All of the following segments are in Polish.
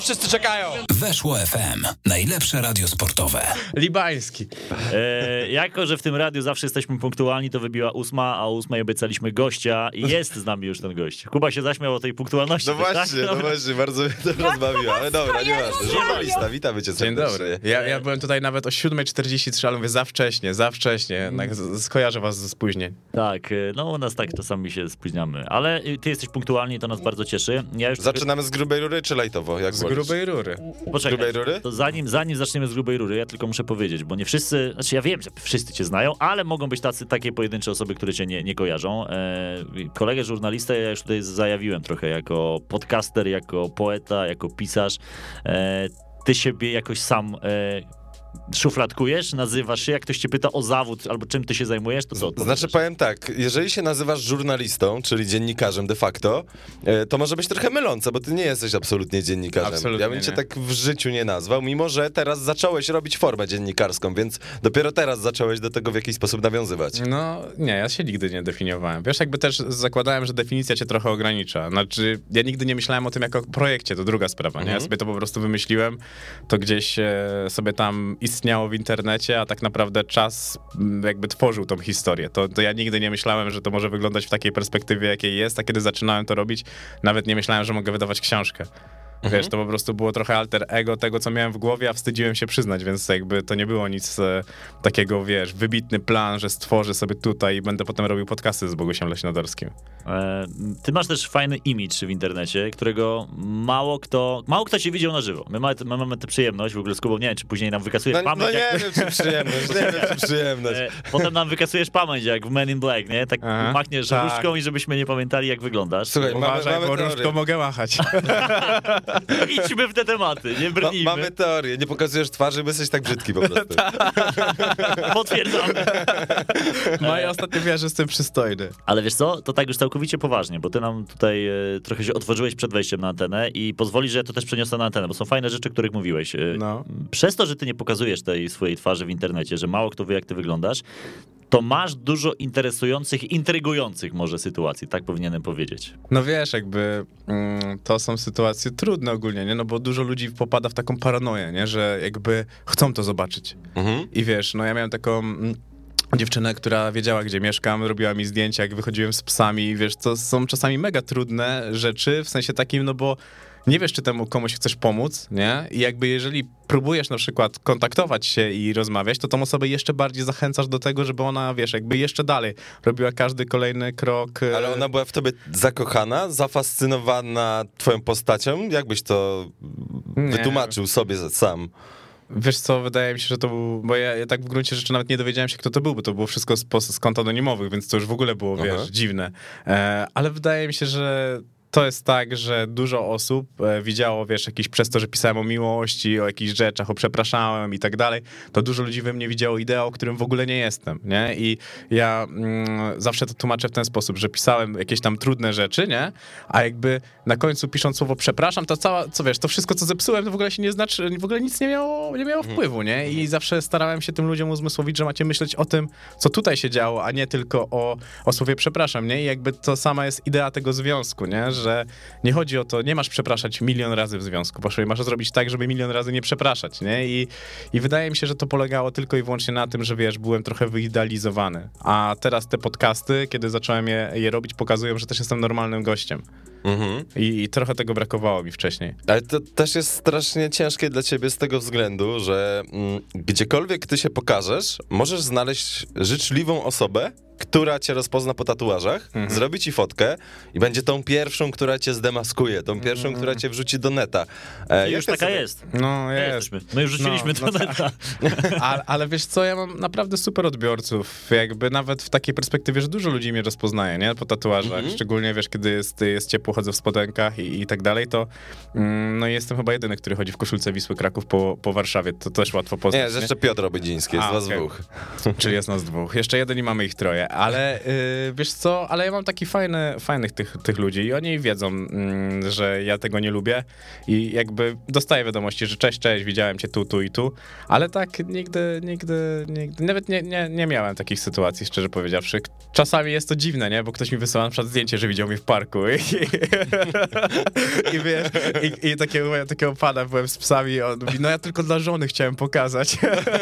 wszyscy czekają. Weszło FM. Najlepsze radio sportowe. Libański. Jako, że w tym radiu zawsze jesteśmy punktualni, to wybiła 8, a o 8 obiecaliśmy gościa i jest z nami już ten gość. Kuba się zaśmiał o tej punktualności. No właśnie, tak? no właśnie, bardzo mnie to rozbawiło, ale dobra, nieważne. Żurnalista, witamy cię Dzień serdecznie. dobry. Ja byłem tutaj nawet o 7:43, ale mówię za wcześnie. Jednak skojarzę was ze spóźnień. Tak, no u nas tak czasami się spóźniamy, ale ty jesteś punktualni i to nas bardzo cieszy. Ja już Zaczynamy z grubej rury czy lajtowo? Jak Z wolisz? grubej rury. Poczekaj, grubej rury? to zanim zaczniemy z grubej rury, ja tylko muszę powiedzieć, bo nie wszyscy, znaczy ja wiem, że wszyscy cię znają, ale mogą być takie pojedyncze osoby, które cię nie kojarzą. Kolegę żurnalistę ja już tutaj zajawiłem trochę jako podcaster, jako poeta, jako pisarz. Ty siebie jakoś sam szufladkujesz, nazywasz się, jak ktoś cię pyta o zawód albo czym ty się zajmujesz, to co? Znaczy powiem tak, jeżeli się nazywasz żurnalistą, czyli dziennikarzem de facto, to może być trochę mylące, bo ty nie jesteś absolutnie dziennikarzem. Absolutnie ja bym cię nie. tak w życiu nie nazwał, mimo że teraz zacząłeś robić formę dziennikarską, więc dopiero teraz zacząłeś do tego w jakiś sposób nawiązywać. No nie, ja się nigdy nie definiowałem. Wiesz, jakby też zakładałem, że definicja cię trochę ogranicza. Znaczy, ja nigdy nie myślałem o tym jako projekcie, to druga sprawa, nie? Ja sobie to po prostu wymyśliłem, to gdzieś sobie tam istniało w internecie, a tak naprawdę czas jakby tworzył tą historię. To ja nigdy nie myślałem, że to może wyglądać w takiej perspektywie, jakiej jest, a kiedy zaczynałem to robić, nawet nie myślałem, że mogę wydawać książkę. Wiesz, to po prostu było trochę alter ego tego, co miałem w głowie, a wstydziłem się przyznać, więc jakby to nie było nic takiego, wiesz, wybitny plan, że stworzę sobie tutaj i będę potem robił podcasty z Bogusiem Leśnodorskim. Ty masz też fajny image w internecie, którego mało kto cię widział na żywo. My mamy tę przyjemność, w ogóle z Kubą, nie wiem, czy później nam wykasujesz pamięć. No nie wiem, czy przyjemność, Potem nam wykasujesz pamięć, jak w Men in Black, nie? Tak machniesz tak. różdżką i żebyśmy nie pamiętali, jak wyglądasz. Słuchaj, Uważaj, bo teorię. różdżką mogę machać. Idźmy w te tematy, nie brnijmy. Mamy teorię, nie pokazujesz twarzy, bo jesteś tak brzydki po prostu. Potwierdzamy. Moje ostatnie wiesz, że jestem przystojny. Ale wiesz co, to tak już całkowicie poważnie, bo ty nam tutaj trochę się otworzyłeś przed wejściem na antenę i pozwolisz, że ja to też przeniosę na antenę, bo są fajne rzeczy, o których mówiłeś. No. Przez to, że ty nie pokazujesz tej swojej twarzy w internecie, że mało kto wie, jak ty wyglądasz, to masz dużo interesujących, intrygujących może sytuacji, tak powinienem powiedzieć. No wiesz, jakby to są sytuacje trudne ogólnie, nie? No bo dużo ludzi popada w taką paranoję, nie? Że jakby chcą to zobaczyć. I wiesz, no ja miałem taką dziewczynę, która wiedziała, gdzie mieszkam, robiła mi zdjęcia, jak wychodziłem z psami, wiesz, to są czasami mega trudne rzeczy, w sensie takim, no bo nie wiesz, czy temu komuś chcesz pomóc, nie? I jakby jeżeli próbujesz na przykład kontaktować się i rozmawiać, to tą osobę jeszcze bardziej zachęcasz do tego, żeby ona, wiesz, jakby jeszcze dalej robiła każdy kolejny krok. Ale ona była w tobie zakochana, zafascynowana twoją postacią? Jak byś to wytłumaczył sobie sam? Wiesz co, wydaje mi się, że to był, bo ja tak w gruncie rzeczy nawet nie dowiedziałem się, kto to był, bo to było wszystko z kont anonimowych, więc to już w ogóle było, wiesz, dziwne. Ale wydaje mi się, że to jest tak, że dużo osób widziało, wiesz, jakiś przez to, że pisałem o miłości, o jakichś rzeczach, o przepraszałem i tak dalej, to dużo ludzi we mnie widziało ideał, którym w ogóle nie jestem, nie? I ja zawsze to tłumaczę w ten sposób, że pisałem jakieś tam trudne rzeczy, nie? A jakby na końcu pisząc słowo przepraszam, to to wszystko, co zepsułem, to w ogóle się nie znaczy, w ogóle nic nie miało wpływu, nie? I zawsze starałem się tym ludziom uzmysłowić, że macie myśleć o tym, co tutaj się działo, a nie tylko o słowie przepraszam, nie? I jakby to sama jest idea tego związku, nie? Że nie chodzi o to, nie masz przepraszać milion razy w związku, poszło i masz zrobić tak, żeby milion razy nie przepraszać, nie? I wydaje mi się, że to polegało tylko i wyłącznie na tym, że wiesz, byłem trochę wyidealizowany, a teraz te podcasty, kiedy zacząłem je robić, pokazują, że też jestem normalnym gościem. I trochę tego brakowało mi wcześniej. Ale to też jest strasznie ciężkie dla ciebie z tego względu, że gdziekolwiek ty się pokażesz, możesz znaleźć życzliwą osobę, która cię rozpozna po tatuażach, zrobi ci fotkę i będzie tą pierwszą, która cię zdemaskuje, tą pierwszą, która cię wrzuci do neta. Już taka jest. No jest. My już rzuciliśmy do neta. Ale wiesz co, ja mam naprawdę super odbiorców, jakby nawet w takiej perspektywie, że dużo ludzi mnie rozpoznaje, nie? Po tatuażach, szczególnie wiesz, kiedy jest ciepło, chodzę w spodenkach i tak dalej, to no jestem chyba jedyny, który chodzi w koszulce Wisły Kraków po Warszawie, to też łatwo poznać. Nie, jeszcze Piotr Obydziński, jest was dwóch. Czyli jest nas dwóch. Jeszcze jeden i mamy ich troje. Ale wiesz co, ale ja mam taki fajnych tych ludzi i oni wiedzą, że ja tego nie lubię i jakby dostaję wiadomości, że cześć, widziałem cię tu i tu, ale tak nigdy nawet nie miałem takich sytuacji, szczerze powiedziawszy. Czasami jest to dziwne, nie? Bo ktoś mi wysyła na przykład zdjęcie, że widział mnie w parku i wiesz, i takiego pana byłem z psami i on mówi, no ja tylko dla żony chciałem pokazać.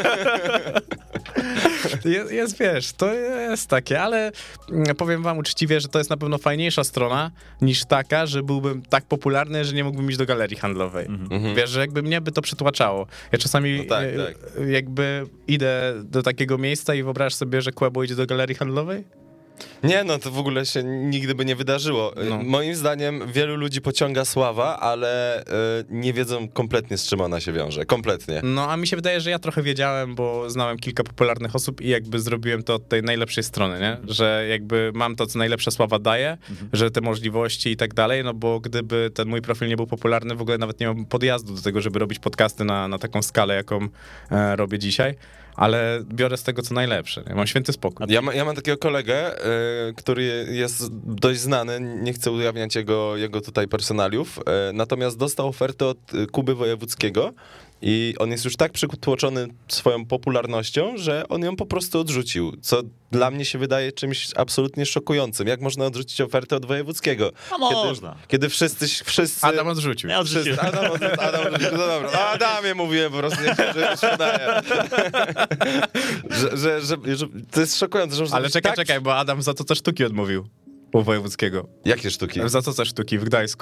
Wiesz, to jest takie, ale powiem wam uczciwie, że to jest na pewno fajniejsza strona niż taka, że byłbym tak popularny, że nie mógłbym iść do galerii handlowej. Wiesz, że jakby mnie by to przytłaczało. Ja czasami jakby idę do takiego miejsca i wyobraź sobie, że Kłębo idzie do galerii handlowej? Nie, no to w ogóle się nigdy by nie wydarzyło. No. Moim zdaniem wielu ludzi pociąga sława, ale nie wiedzą kompletnie, z czym ona się wiąże. Kompletnie. No, a mi się wydaje, że ja trochę wiedziałem, bo znałem kilka popularnych osób i jakby zrobiłem to od tej najlepszej strony, nie? Że jakby mam to, co najlepsza sława daje, że te możliwości i tak dalej, no bo gdyby ten mój profil nie był popularny, w ogóle nawet nie miałbym podjazdu do tego, żeby robić podcasty na taką skalę, jaką robię dzisiaj. Ale biorę z tego, co najlepsze. Mam święty spokój. Ja mam takiego kolegę, który jest dość znany, nie chcę ujawniać jego tutaj personaliów, natomiast dostał ofertę od Kuby Wojewódzkiego i on jest już tak przytłoczony swoją popularnością, że on ją po prostu odrzucił, co dla mnie się wydaje czymś absolutnie szokującym. Jak można odrzucić ofertę od Wojewódzkiego? A można. Kiedy wszyscy... Adam odrzucił. Ja odrzuciłem. Adam odrzucił. No dobra. O Adamie mówiłem po prostu, że sprzedaję. że to jest szokujące. Że ale czekaj, bo Adam za to co sztuki odmówił. U Wojewódzkiego. Jakie sztuki? Za co sztuki w Gdańsku.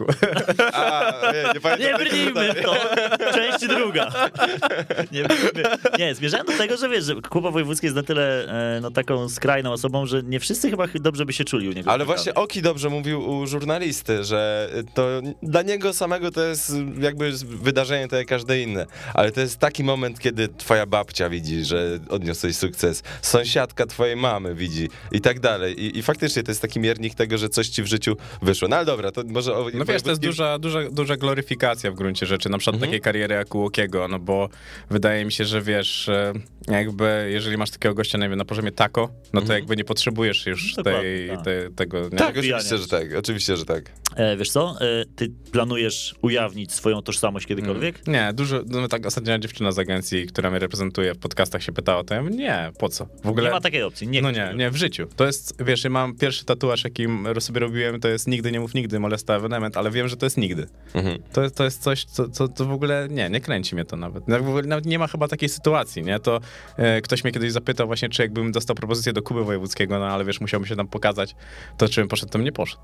Nie brnijmy w to. Część druga. Nie, zmierzałem do tego, że wiesz, że Kuba Wojewódzki jest na tyle taką skrajną osobą, że nie wszyscy chyba dobrze by się czuli u niego. Ale właśnie Oki dobrze mówił u żurnalisty, że to dla niego samego to jest jakby wydarzenie to jak każde inne. Ale to jest taki moment, kiedy twoja babcia widzi, że odniosłeś sukces, sąsiadka twojej mamy widzi i tak dalej. I faktycznie to jest taki miernik tego, że coś ci w życiu wyszło. No ale dobra, to może... No wiesz, to jest duża gloryfikacja w gruncie rzeczy, na przykład takiej kariery jak u Łokiego, no bo wydaje mi się, że wiesz, jakby jeżeli masz takiego gościa, nie wiem, na poziomie Taco, no to jakby nie potrzebujesz już tego... Nie? Tak, oczywiście, że tak. Wiesz co, ty planujesz ujawnić swoją tożsamość kiedykolwiek? Nie, tak ostatnia dziewczyna z agencji, która mnie reprezentuje w podcastach się pytała o to, ja mówię, nie, po co? W ogóle... Nie ma takiej opcji, nie, w życiu. To jest, wiesz, ja mam pierwszy tatuaż, jaki sobie robiłem, to jest nigdy nie mów nigdy, molesta ewenement, ale wiem, że to jest nigdy. To jest coś, co w ogóle nie kręci mnie to nawet. W ogóle nawet nie ma chyba takiej sytuacji, nie? To ktoś mnie kiedyś zapytał właśnie, czy jakbym dostał propozycję do Kuby Wojewódzkiego, no ale wiesz, musiałbym się tam pokazać, to czy bym poszedł, to bym nie poszedł.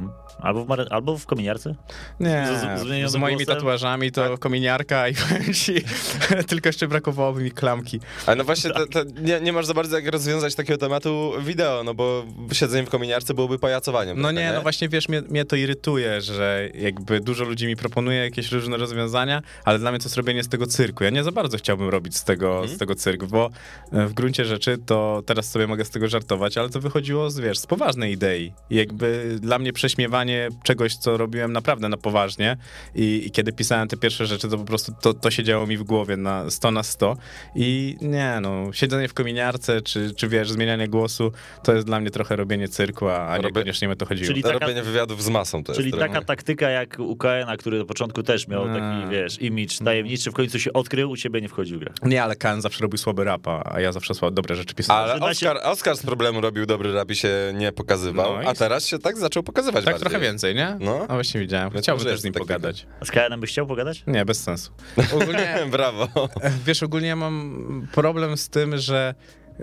Albo w kominiarce? Nie, z moimi tatuażami to kominiarka i powiem ci, tylko jeszcze brakowałoby mi klamki. Ale no właśnie, nie masz za bardzo jak rozwiązać takiego tematu wideo, no bo siedzenie w kominiarce byłoby pajacowaniem. No trochę, nie, no właśnie wiesz, mnie to irytuje, że jakby dużo ludzi mi proponuje jakieś różne rozwiązania, ale dla mnie to jest robienie z tego cyrku. Ja nie za bardzo chciałbym robić z tego cyrk, bo w gruncie rzeczy to teraz sobie mogę z tego żartować, ale to wychodziło z poważnej idei. I jakby dla mnie prześmiewanie czegoś, co robiłem naprawdę na poważnie i kiedy pisałem te pierwsze rzeczy, to po prostu to siedziało mi w głowie na 100 i nie, no, siedzenie w kominiarce, czy wiesz, zmienianie głosu, to jest dla mnie trochę robienie cyrku, a niekoniecznie mi to chodziło. Czyli robienie wywiadów z masą to czyli jest. Taka taktyka jak u KN-a, który do początku też miał taki, wiesz, imidż tajemniczy, w końcu się odkrył, u ciebie nie wchodził w grę. Nie, ale KN zawsze robił słaby rap, a ja zawsze dobre rzeczy pisałem. Ale Oskar z problemu robił dobry rap i się nie pokazywał, a teraz się tak zaczął pokazywać tak bardziej. trochę więcej, nie? No. A właśnie widziałem. Chciałbym też z nim pogadać. A z KN-em byś chciał pogadać? Nie, bez sensu. Ogólnie, brawo. Wiesz, ogólnie ja mam problem z tym, że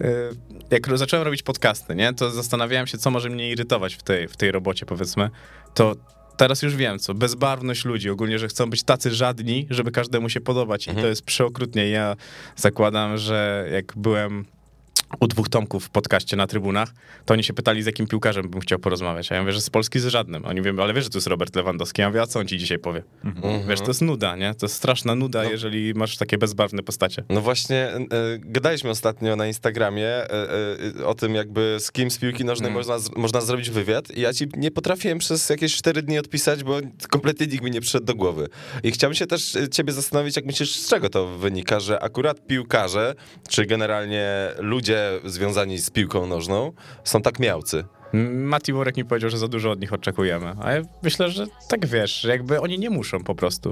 jak zacząłem robić podcasty, nie, to zastanawiałem się, co może mnie irytować w tej robocie, powiedzmy, to teraz już wiem, co, bezbarwność ludzi, ogólnie, że chcą być tacy żadni, żeby każdemu się podobać i to jest przeokrutnie. Ja zakładam, że jak byłem u dwóch Tomków w podcaście na trybunach, to oni się pytali, z jakim piłkarzem bym chciał porozmawiać. A ja mówię, że z Polski z żadnym. Oni mówią, ale wiesz, że to jest Robert Lewandowski. Ja mówię, a co on ci dzisiaj powie? Wiesz, to jest nuda, nie? To jest straszna nuda, jeżeli masz takie bezbarwne postacie. No właśnie, gadaliśmy ostatnio na Instagramie o tym, jakby z kim z piłki nożnej można zrobić wywiad i ja ci nie potrafiłem przez jakieś 4 dni odpisać, bo kompletnie nikt mi nie przyszedł do głowy. I chciałbym się też ciebie zastanowić, jak myślisz, z czego to wynika, że akurat piłkarze, czy generalnie ludzie ludzie związani z piłką nożną są tak miałcy. Mati Murek mi powiedział, że za dużo od nich oczekujemy, a ja myślę, że tak wiesz, jakby oni nie muszą po prostu.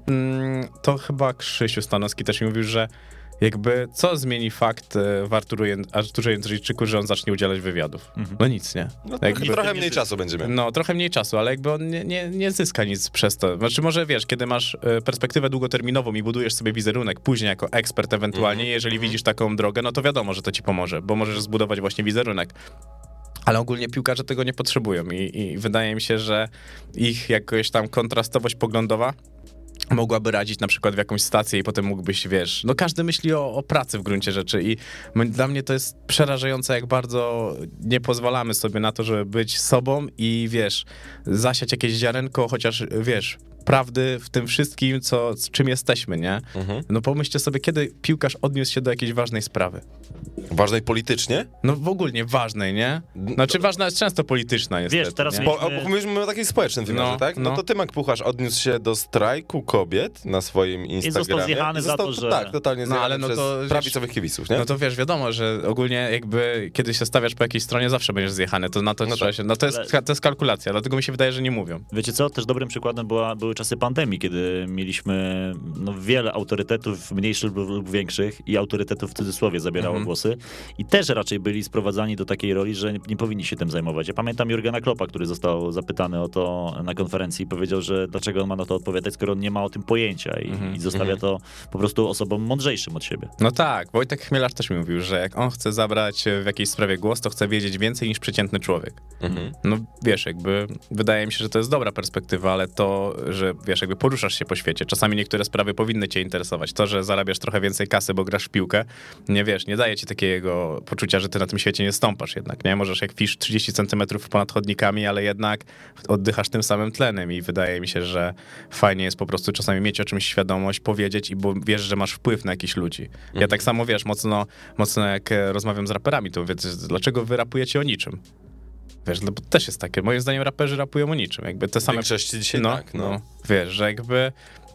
To chyba Krzysiu Stanowski też mi mówił, że jakby co zmieni fakt w Arturze Jędrzejczyku, że on zacznie udzielać wywiadów? No nic, nie? No, jakby, trochę mniej czasu będzie miał. No, trochę mniej czasu, ale jakby on nie zyska nic przez to. Znaczy może wiesz, kiedy masz perspektywę długoterminową i budujesz sobie wizerunek później jako ekspert ewentualnie, jeżeli widzisz taką drogę, no to wiadomo, że to ci pomoże, bo możesz zbudować właśnie wizerunek. Ale ogólnie piłkarze tego nie potrzebują i wydaje mi się, że ich jakoś tam kontrastowość poglądowa mogłaby radzić na przykład w jakąś stację i potem mógłbyś, wiesz, no każdy myśli o pracy w gruncie rzeczy i dla mnie to jest przerażające, jak bardzo nie pozwalamy sobie na to, żeby być sobą i, wiesz, zasiać jakieś ziarenko, chociaż, wiesz, prawdy w tym wszystkim, z czym jesteśmy, nie? No pomyślcie sobie, kiedy piłkarz odniósł się do jakiejś ważnej sprawy. Ważnej politycznie? No w ogóle ważnej, nie? Znaczy ważna jest często polityczna niestety. Wiesz, teraz nie? Mówimy o takim społecznym wymiarze, tak? No to Tymek Pucharz odniósł się do strajku kobiet na swoim Instagramie. I został zjechany za to, że... Tak, totalnie zjechany ale no przez to, prawicowych kibiców, nie? No to wiesz, wiadomo, że ogólnie jakby kiedy się stawiasz po jakiejś stronie, zawsze będziesz zjechany. To na to trzeba się... No to jest kalkulacja, dlatego mi się wydaje, że nie mówią. Wiecie co? Też dobrym przykładem były czasy pandemii, kiedy mieliśmy wiele autorytetów mniejszych lub większych i autorytetów w cudzysłowie zabierało głosy i też raczej byli sprowadzani do takiej roli, że nie powinni się tym zajmować. Ja pamiętam Jurgena Kloppa, który został zapytany o to na konferencji i powiedział, że dlaczego on ma na to odpowiadać, skoro on nie ma o tym pojęcia i zostawia to po prostu osobom mądrzejszym od siebie. No tak, Wojtek Chmielarz też mi mówił, że jak on chce zabrać w jakiejś sprawie głos, to chce wiedzieć więcej niż przeciętny człowiek. No wiesz, jakby wydaje mi się, że to jest dobra perspektywa, ale to, że wiesz, jakby poruszasz się po świecie. Czasami niektóre sprawy powinny cię interesować. To, że zarabiasz trochę więcej kasy, bo grasz w piłkę, nie daje ci takiego poczucia, że ty na tym świecie nie stąpasz jednak, nie? Możesz jak fisz 30 centymetrów ponad chodnikami, ale jednak oddychasz tym samym tlenem i wydaje mi się, że fajnie jest po prostu czasami mieć o czymś świadomość, powiedzieć i bo wiesz, że masz wpływ na jakichś ludzi. Ja tak samo, wiesz, mocno jak rozmawiam z raperami, to mówię, dlaczego wy rapujecie o niczym? Wiesz, no bo też jest takie, moim zdaniem raperzy rapują o niczym, jakby te same... Większości dzisiaj tak, no. Wiesz, że jakby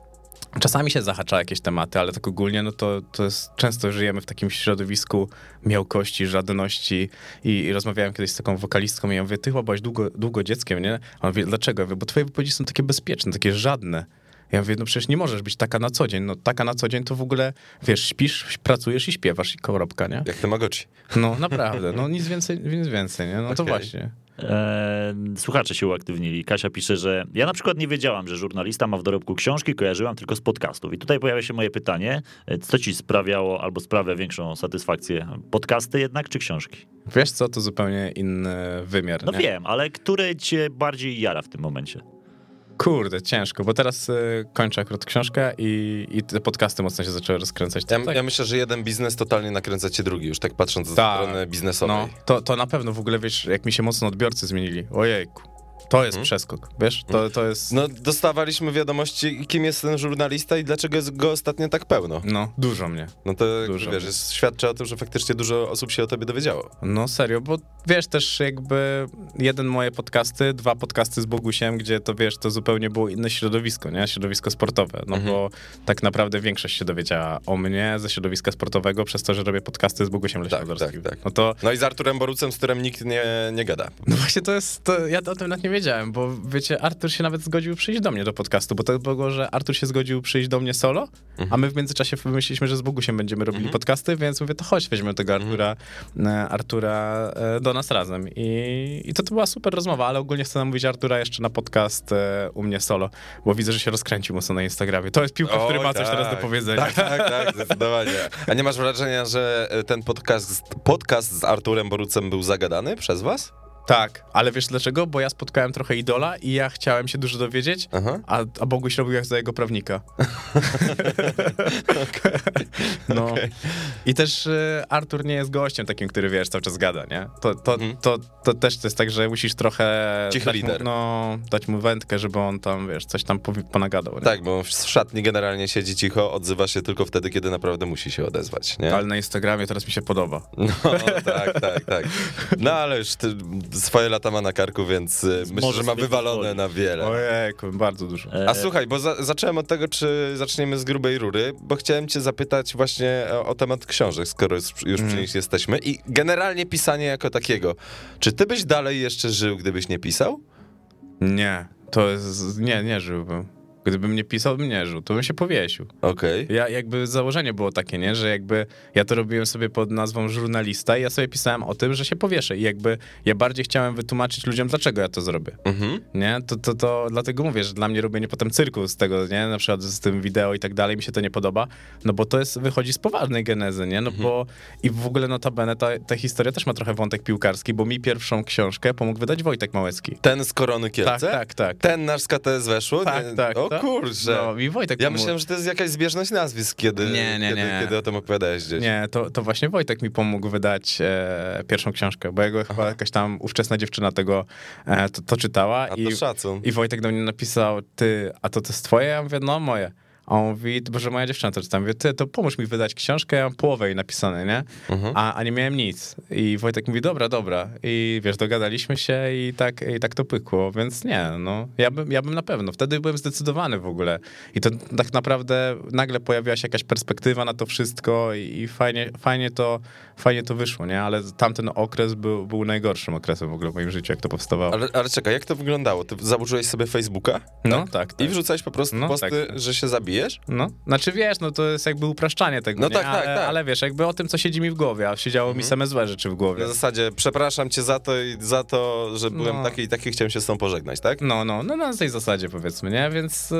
czasami się zahacza jakieś tematy, ale tak ogólnie, no to jest, często żyjemy w takim środowisku miałkości, żadności i rozmawiałem kiedyś z taką wokalistką i ja mówię, ty chyba byłaś długo dzieckiem, nie? A on mówi, dlaczego? Ja mówię, bo twoje wypowiedzi są takie bezpieczne, takie żadne. Ja mówię, no przecież nie możesz być taka na co dzień. No taka na co dzień to w ogóle, wiesz, śpisz, pracujesz i śpiewasz i kołropka, nie? Jak Tamagotchi. No naprawdę, no nic więcej, nie? No to właśnie. Słuchacze się uaktywnili. Kasia pisze, że ja na przykład nie wiedziałam, że żurnalista ma w dorobku książki, kojarzyłam tylko z podcastów. I tutaj pojawia się moje pytanie, co ci sprawiało albo sprawia większą satysfakcję? Podcasty jednak, czy książki? Wiesz co, to zupełnie inny wymiar, No nie? wiem, ale które cię bardziej jara w tym momencie? Kurde, ciężko, bo teraz kończę akurat książkę i te podcasty mocno się zaczęły rozkręcać. Ja myślę, że jeden biznes totalnie nakręca cię drugi, już tak patrząc ze strony biznesowej. No, to na pewno w ogóle, wiesz, jak mi się mocno odbiorcy zmienili. Ojejku. To jest przeskok, wiesz? To jest... No, dostawaliśmy wiadomości, kim jest ten żurnalista i dlaczego jest go ostatnio tak pełno. No, dużo mnie. No to, Dużo wiesz, świadczy o tym, że faktycznie dużo osób się o tobie dowiedziało. No serio, bo wiesz, też jakby moje podcasty, 2 podcasty z Bogusiem, gdzie to, wiesz, to zupełnie było inne środowisko, nie? Środowisko sportowe, no bo tak naprawdę większość się dowiedziała o mnie ze środowiska sportowego przez to, że robię podcasty z Bogusiem Leśnodorskim. Tak. No i z Arturem Borucem, z którym nikt nie gada. No właśnie ja o tym nawet nie wiedziałem, bo wiecie, Artur się nawet zgodził przyjść do mnie do podcastu, bo to było, że Artur się zgodził przyjść do mnie solo, a my w międzyczasie wymyśliliśmy, że z Bogusiem będziemy robili podcasty, więc mówię, to chodź, weźmiemy tego Artura do nas razem. I to była super rozmowa, ale ogólnie chcę namówić Artura jeszcze na podcast u mnie solo, bo widzę, że się rozkręcił mocno na Instagramie. To jest piłka, który ma coś teraz do powiedzenia. Tak, zdecydowanie. A nie masz wrażenia, że ten podcast z Arturem Borucem był zagadany przez was? Tak, ale wiesz dlaczego? Bo ja spotkałem trochę idola i ja chciałem się dużo dowiedzieć, a Boguś robił jak za jego prawnika. No. Okay. I też Artur nie jest gościem takim, który, wiesz, cały czas gada, nie? To też to jest tak, że musisz trochę dać mu wędkę, żeby on tam, wiesz, coś tam ponagadał. Nie? Tak, bo w szatni generalnie siedzi cicho, odzywa się tylko wtedy, kiedy naprawdę musi się odezwać, nie? Ale na Instagramie teraz mi się podoba. No, tak. No, ale już swoje lata ma na karku, więc myślę, że ma wywalone na wiele. Ojejku, bardzo dużo. A słuchaj, bo zacząłem od tego, czy zaczniemy z grubej rury, bo chciałem cię zapytać, zapytać właśnie o temat książek, skoro już przy nich jesteśmy. I generalnie pisanie jako takiego. Czy ty byś dalej jeszcze żył, gdybyś nie pisał? Nie, to jest... Nie żyłbym. Gdybym nie pisał, bym nie żył, to bym się powiesił. Okej. Ja jakby założenie było takie, nie, że jakby ja to robiłem sobie pod nazwą żurnalista i ja sobie pisałem o tym, że się powieszę i jakby ja bardziej chciałem wytłumaczyć ludziom, dlaczego ja to zrobię. Nie, to dlatego mówię, że dla mnie robienie potem cyrku z tego, nie, na przykład z tym wideo i tak dalej, mi się to nie podoba, no bo to wychodzi z poważnej genezy, nie, no bo i w ogóle notabene ta historia też ma trochę wątek piłkarski, bo mi pierwszą książkę pomógł wydać Wojtek Małecki. Ten z Korony Kielce? Tak. Ten nasz z KTS weszło? Tak. O kurczę. No, i Wojtek Ja myślałem, że to jest jakaś zbieżność nazwisk, kiedy o tym opowiadałeś gdzieś. Nie, to właśnie Wojtek mi pomógł wydać pierwszą książkę, bo jego chyba jakaś tam ówczesna dziewczyna tego to czytała. A to szacun. I Wojtek do mnie napisał, a to jest twoje? Ja mówię, no moje. A on mówi, że moja dziewczyna to czyta. Mówię, to pomóż mi wydać książkę, ja mam połowę jej napisane, nie? A nie miałem nic. I Wojtek mówi, dobra. I wiesz, dogadaliśmy się i tak to pykło, więc nie, no. Ja bym na pewno. Wtedy byłem zdecydowany w ogóle. I to tak naprawdę nagle pojawiła się jakaś perspektywa na to wszystko i fajnie to wyszło, nie? Ale tamten okres był najgorszym okresem w ogóle w moim życiu, jak to powstawało. Ale czekaj, jak to wyglądało? Ty założyłeś sobie Facebooka? No, tak. I wrzucałeś po prostu posty, że się zabijesz? No, znaczy wiesz, no to jest jakby upraszczanie tego, no nie? Tak. Ale wiesz, jakby o tym, co siedzi mi w głowie, a siedziało mi same złe rzeczy w głowie. Na zasadzie, przepraszam cię za to, że byłem taki i taki, chciałem się z tobą pożegnać, tak? No, na tej zasadzie powiedzmy, nie? Więc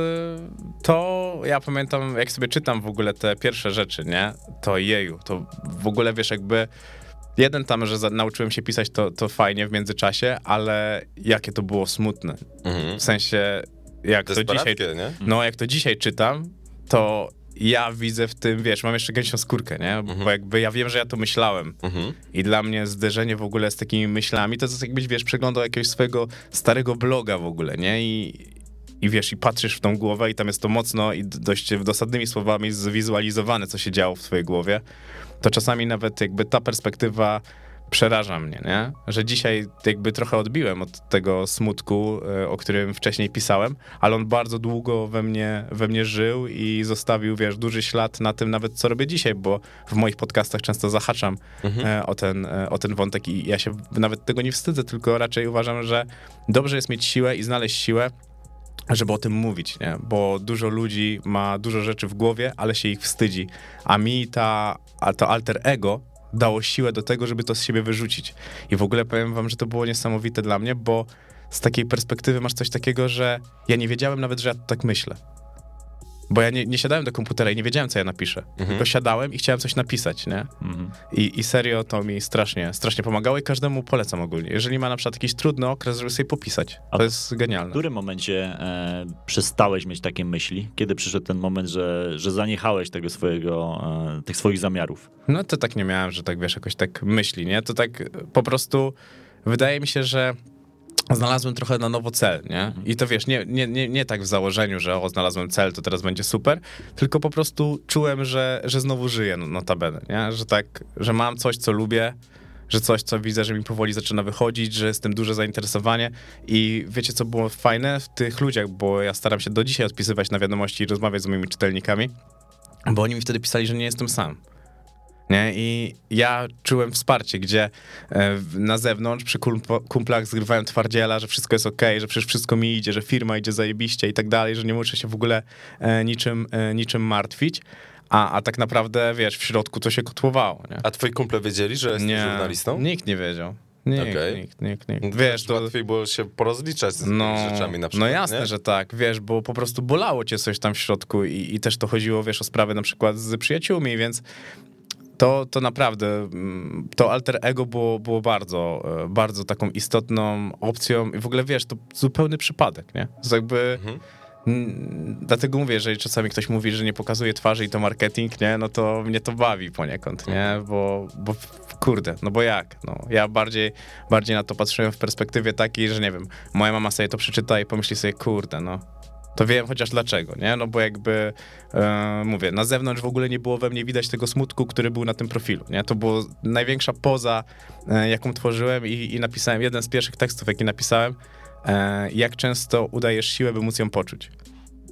to ja pamiętam, jak sobie czytam w ogóle te pierwsze rzeczy, nie? To jeju, to w ogóle wiesz, jakby jeden tam, że nauczyłem się pisać to fajnie w międzyczasie, ale jakie to było smutne. W sensie, jak to dzisiaj... nie? No, jak to dzisiaj czytam, to ja widzę w tym, wiesz, mam jeszcze gęsią skórkę, nie? Bo jakby ja wiem, że ja to myślałem. I dla mnie zderzenie w ogóle z takimi myślami, to jest jakbyś, wiesz, przeglądał jakiegoś swojego starego bloga w ogóle, nie? I wiesz, i patrzysz w tą głowę i tam jest to mocno i dość dosadnymi słowami zwizualizowane, co się działo w twojej głowie. To czasami nawet jakby ta perspektywa przeraża mnie, nie? Że dzisiaj jakby trochę odbiłem od tego smutku, o którym wcześniej pisałem, ale on bardzo długo we mnie żył i zostawił, wiesz, duży ślad na tym nawet, co robię dzisiaj, bo w moich podcastach często zahaczam o ten wątek i ja się nawet tego nie wstydzę, tylko raczej uważam, że dobrze jest mieć siłę i znaleźć siłę, żeby o tym mówić, nie? Bo dużo ludzi ma dużo rzeczy w głowie, ale się ich wstydzi, a mi to alter ego dało siłę do tego, żeby to z siebie wyrzucić. I w ogóle powiem wam, że to było niesamowite dla mnie, bo z takiej perspektywy masz coś takiego, że ja nie wiedziałem nawet, że ja tak myślę. Bo ja nie siadałem do komputera i nie wiedziałem, co ja napiszę. Tylko siadałem i chciałem coś napisać, nie? I serio to mi strasznie pomagało i każdemu polecam ogólnie. Jeżeli ma na przykład jakiś trudny okres, żeby sobie popisać. To jest genialne. W którym momencie przestałeś mieć takie myśli? Kiedy przyszedł ten moment, że zaniechałeś tych swoich zamiarów? No to tak nie miałem, że tak wiesz, jakoś tak myśli, nie? To tak po prostu wydaje mi się, że znalazłem trochę na nowo cel, nie? I to wiesz, nie tak w założeniu, że znalazłem cel, to teraz będzie super, tylko po prostu czułem, że znowu żyję notabene, nie? Że tak, że mam coś, co lubię, że coś, co widzę, że mi powoli zaczyna wychodzić, że jest tym duże zainteresowanie i wiecie, co było fajne w tych ludziach, bo ja staram się do dzisiaj odpisywać na wiadomości i rozmawiać z moimi czytelnikami, bo oni mi wtedy pisali, że nie jestem sam. Nie? I ja czułem wsparcie, gdzie na zewnątrz przy kumplach zgrywałem twardziela, że wszystko jest okej, że przecież wszystko mi idzie, że firma idzie zajebiście i tak dalej, że nie muszę się w ogóle niczym martwić, a tak naprawdę, wiesz, w środku to się kotłowało. Nie? A twoi kumple wiedzieli, że jesteś żurnalistą? Nikt nie wiedział. Nikt. Wiesz, to łatwiej było się porozliczać z tymi rzeczami na przykład, no jasne, nie? że tak, wiesz, bo po prostu bolało cię coś tam w środku i też to chodziło, wiesz, o sprawy na przykład z przyjaciółmi, więc to naprawdę, to alter ego było bardzo, bardzo taką istotną opcją i w ogóle, wiesz, to zupełny przypadek, nie? To jakby... Dlatego mówię, że czasami ktoś mówi, że nie pokazuje twarzy i to marketing, nie? No to mnie to bawi poniekąd, nie? Bo kurde, no bo jak? No, ja bardziej na to patrzyłem w perspektywie takiej, że nie wiem, moja mama sobie to przeczyta i pomyśli sobie, kurde, no to wiem chociaż dlaczego, nie? No bo jakby, mówię, na zewnątrz w ogóle nie było we mnie widać tego smutku, który był na tym profilu, nie? To była największa poza, jaką tworzyłem i napisałem, jeden z pierwszych tekstów, jaki napisałem, jak często udajesz siłę, by móc ją poczuć.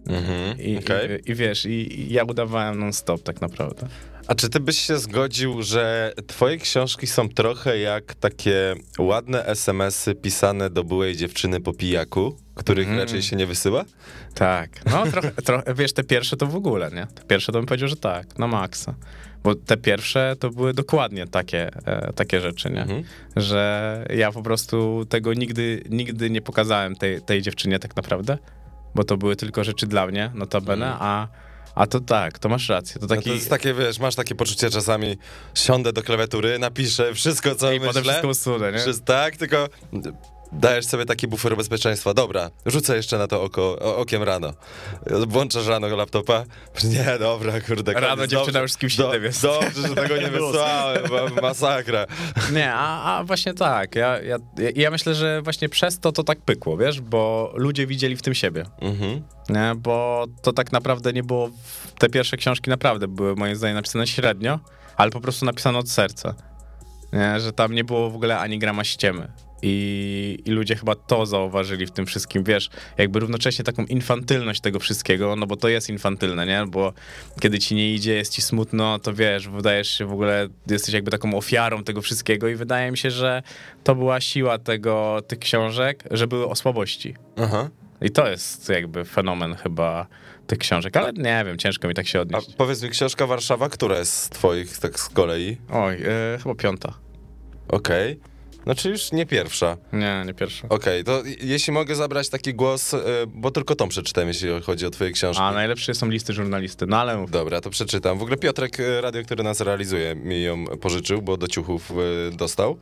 I wiesz, i ja udawałem non-stop tak naprawdę. A czy ty byś się zgodził, że twoje książki są trochę jak takie ładne SMS-y pisane do byłej dziewczyny po pijaku, których raczej się nie wysyła? Tak, no trochę, wiesz, te pierwsze to w ogóle, nie? Te pierwsze to bym powiedział, że tak, na maksa. Bo te pierwsze to były dokładnie takie rzeczy, nie? Że ja po prostu tego nigdy nie pokazałem tej dziewczynie tak naprawdę, bo to były tylko rzeczy dla mnie, notabene, a to tak, to masz rację. To, taki... no to jest takie, wiesz, masz takie poczucie czasami, siądę do klawiatury, napiszę wszystko, co myślę. I potem wszystko usunę, nie? Tak, tylko dajesz sobie taki bufor bezpieczeństwa. Dobra, rzucę jeszcze na to okiem rano. Włączasz rano laptopa. Nie, dobra, kurde. Rano dziewczyna już z kimś innym jest. Dobrze, że tego nie wysłałem, masakra. Nie, a właśnie tak. Ja myślę, że właśnie przez to tak pykło, wiesz, bo ludzie widzieli w tym siebie. Nie, bo to tak naprawdę nie było, te pierwsze książki naprawdę były moim zdaniem napisane średnio, ale po prostu napisane od serca. Nie, że tam nie było w ogóle ani grama ściemy. I ludzie chyba to zauważyli w tym wszystkim, wiesz, jakby równocześnie taką infantylność tego wszystkiego, no bo to jest infantylne, nie? Bo kiedy ci nie idzie, jest ci smutno, to wiesz, wydajesz się w ogóle, jesteś jakby taką ofiarą tego wszystkiego i wydaje mi się, że to była siła tych książek, że były o słabości. Aha. I to jest jakby fenomen chyba tych książek, ale nie wiem, ciężko mi tak się odnieść. A powiedz mi, książka Warszawa, która jest z twoich tak z kolei? Oj, chyba 5. Okej. Znaczy już nie pierwsza. Nie pierwsza. Okej, to jeśli mogę zabrać taki głos, bo tylko tą przeczytałem, jeśli chodzi o twoje książki. A najlepsze są listy żurnalisty, no ale mów. Dobra, to przeczytam. W ogóle Piotrek Radio, który nas realizuje, mi ją pożyczył, bo do ciuchów dostał.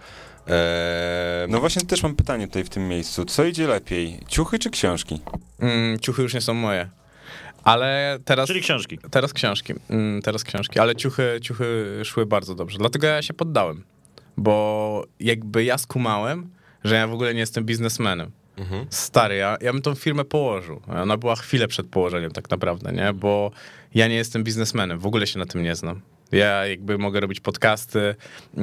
No właśnie też mam pytanie tutaj w tym miejscu. Co idzie lepiej, ciuchy czy książki? Ciuchy już nie są moje. Ale teraz... Czyli książki. Teraz książki, ale ciuchy szły bardzo dobrze. Dlatego ja się poddałem. Bo jakby ja skumałem, że ja w ogóle nie jestem biznesmenem. Stary, ja bym tą firmę położył. Ona była chwilę przed położeniem tak naprawdę, nie? Bo ja nie jestem biznesmenem, w ogóle się na tym nie znam. Ja jakby mogę robić podcasty,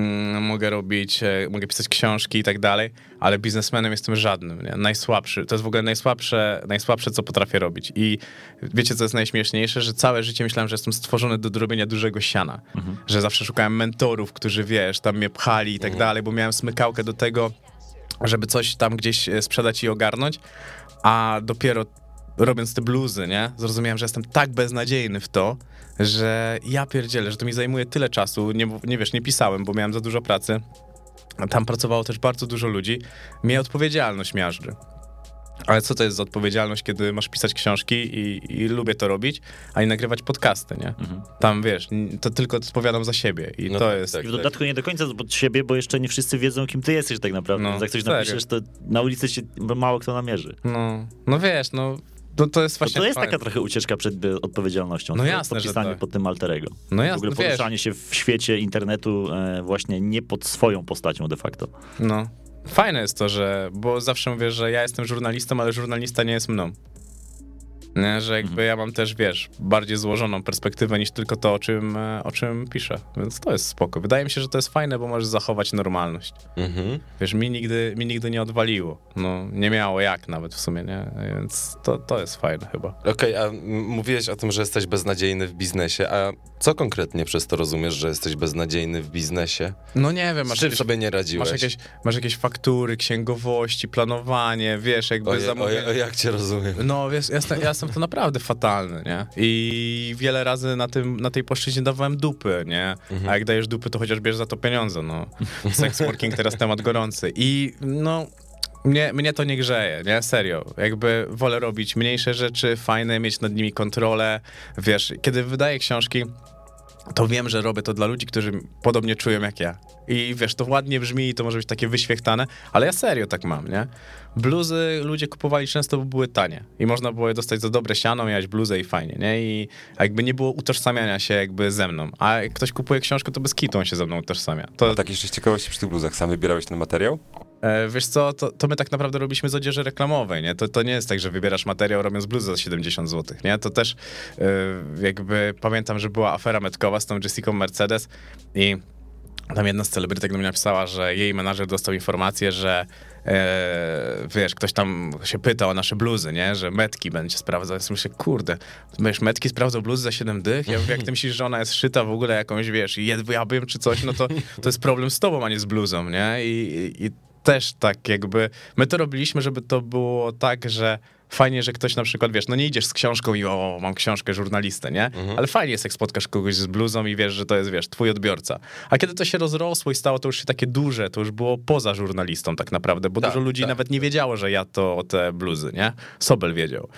mogę pisać książki i tak dalej, ale biznesmenem jestem żadnym, nie? Najsłabszy. To jest w ogóle najsłabsze, co potrafię robić. I wiecie, co jest najśmieszniejsze? Że całe życie myślałem, że jestem stworzony do robienia dużego siana. Że zawsze szukałem mentorów, którzy, wiesz, tam mnie pchali i tak dalej, bo miałem smykałkę do tego, żeby coś tam gdzieś sprzedać i ogarnąć, a dopiero robiąc te bluzy, nie? Zrozumiałem, że jestem tak beznadziejny w to, że ja pierdzielę, że to mi zajmuje tyle czasu. Nie pisałem, bo miałem za dużo pracy. Tam pracowało też bardzo dużo ludzi. Mnie odpowiedzialność miażdży. Ale co to jest za odpowiedzialność, kiedy masz pisać książki i lubię to robić, a nie nagrywać podcasty, nie? Tam, wiesz, to tylko odpowiadam za siebie i no to jest... I w dodatku nie do końca od siebie, bo jeszcze nie wszyscy wiedzą, kim ty jesteś tak naprawdę. No, więc jak coś napiszesz, to na ulicy się mało kto namierzy. No wiesz, to jest właśnie... To jest taka trochę ucieczka przed odpowiedzialnością. No jasne, podpisanie że tak. pod tym alterego. No jasne, w ogóle poruszanie się w świecie internetu właśnie nie pod swoją postacią de facto. No. Fajne jest to, bo zawsze mówię, że ja jestem żurnalistą, ale żurnalista nie jest mną. Nie? Że jakby ja mam też, wiesz, bardziej złożoną perspektywę niż tylko to, o czym piszę. Więc to jest spoko. Wydaje mi się, że to jest fajne, bo możesz zachować normalność. Wiesz, mi nigdy nie odwaliło. No, nie miało jak nawet w sumie, nie? Więc to jest fajne chyba. Okej, a mówiłeś o tym, że jesteś beznadziejny w biznesie, a co konkretnie przez to rozumiesz, że jesteś beznadziejny w biznesie? No nie wiem. Z czym sobie nie radziłeś? Masz jakieś faktury, księgowości, planowanie, wiesz, jakby zamówienie. Jak cię rozumiem? No, wiesz, ja jestem to naprawdę fatalny, nie? I wiele razy na tej płaszczyźnie dawałem dupy, nie? A jak dajesz dupy, to chociaż bierz za to pieniądze, no. Sex working teraz temat gorący. I no... Mnie to nie grzeje, nie? Serio. Jakby wolę robić mniejsze rzeczy, fajne, mieć nad nimi kontrolę. Wiesz, kiedy wydaję książki, to wiem, że robię to dla ludzi, którzy podobnie czują jak ja. I wiesz, to ładnie brzmi i to może być takie wyświechtane, ale ja serio tak mam, nie? Bluzy ludzie kupowali często, bo były tanie. I można było je dostać za dobre siano, miałeś bluzę i fajnie, nie? I jakby nie było utożsamiania się jakby ze mną. A jak ktoś kupuje książkę, to bez kitu on się ze mną utożsamia. A tak jeszcze z ciekawości przy tych bluzach, sam wybierałeś ten materiał? Wiesz co, to my tak naprawdę robiliśmy z odzieży reklamowej, nie? To nie jest tak, że wybierasz materiał robiąc bluzę za 70 zł, nie? To też jakby pamiętam, że była afera metkowa z tą Jessicą Mercedes i tam jedna z celebrytek do mnie napisała, że jej menadżer dostał informację, że wiesz, ktoś tam się pyta o nasze bluzy, nie? Że Metki będzie sprawdzał. Ja sobie myślę, kurde, wiesz, Metki sprawdzał bluzy za 7 dych? Ja mówię, jak ty myślisz, że ona jest szyta w ogóle jakąś, wiesz, jedwabiem czy coś, no to jest problem z tobą, a nie z bluzą, nie? I też tak jakby, my to robiliśmy, żeby to było tak, że fajnie, że ktoś na przykład, wiesz, no nie idziesz z książką i mam książkę żurnalistę, nie? Ale fajnie jest, jak spotkasz kogoś z bluzą i wiesz, że to jest, wiesz, twój odbiorca. A kiedy to się rozrosło i stało to już się takie duże, to już było poza żurnalistą tak naprawdę, bo dużo ludzi nawet nie wiedziało, że ja to o te bluzy, nie? Sobel wiedział.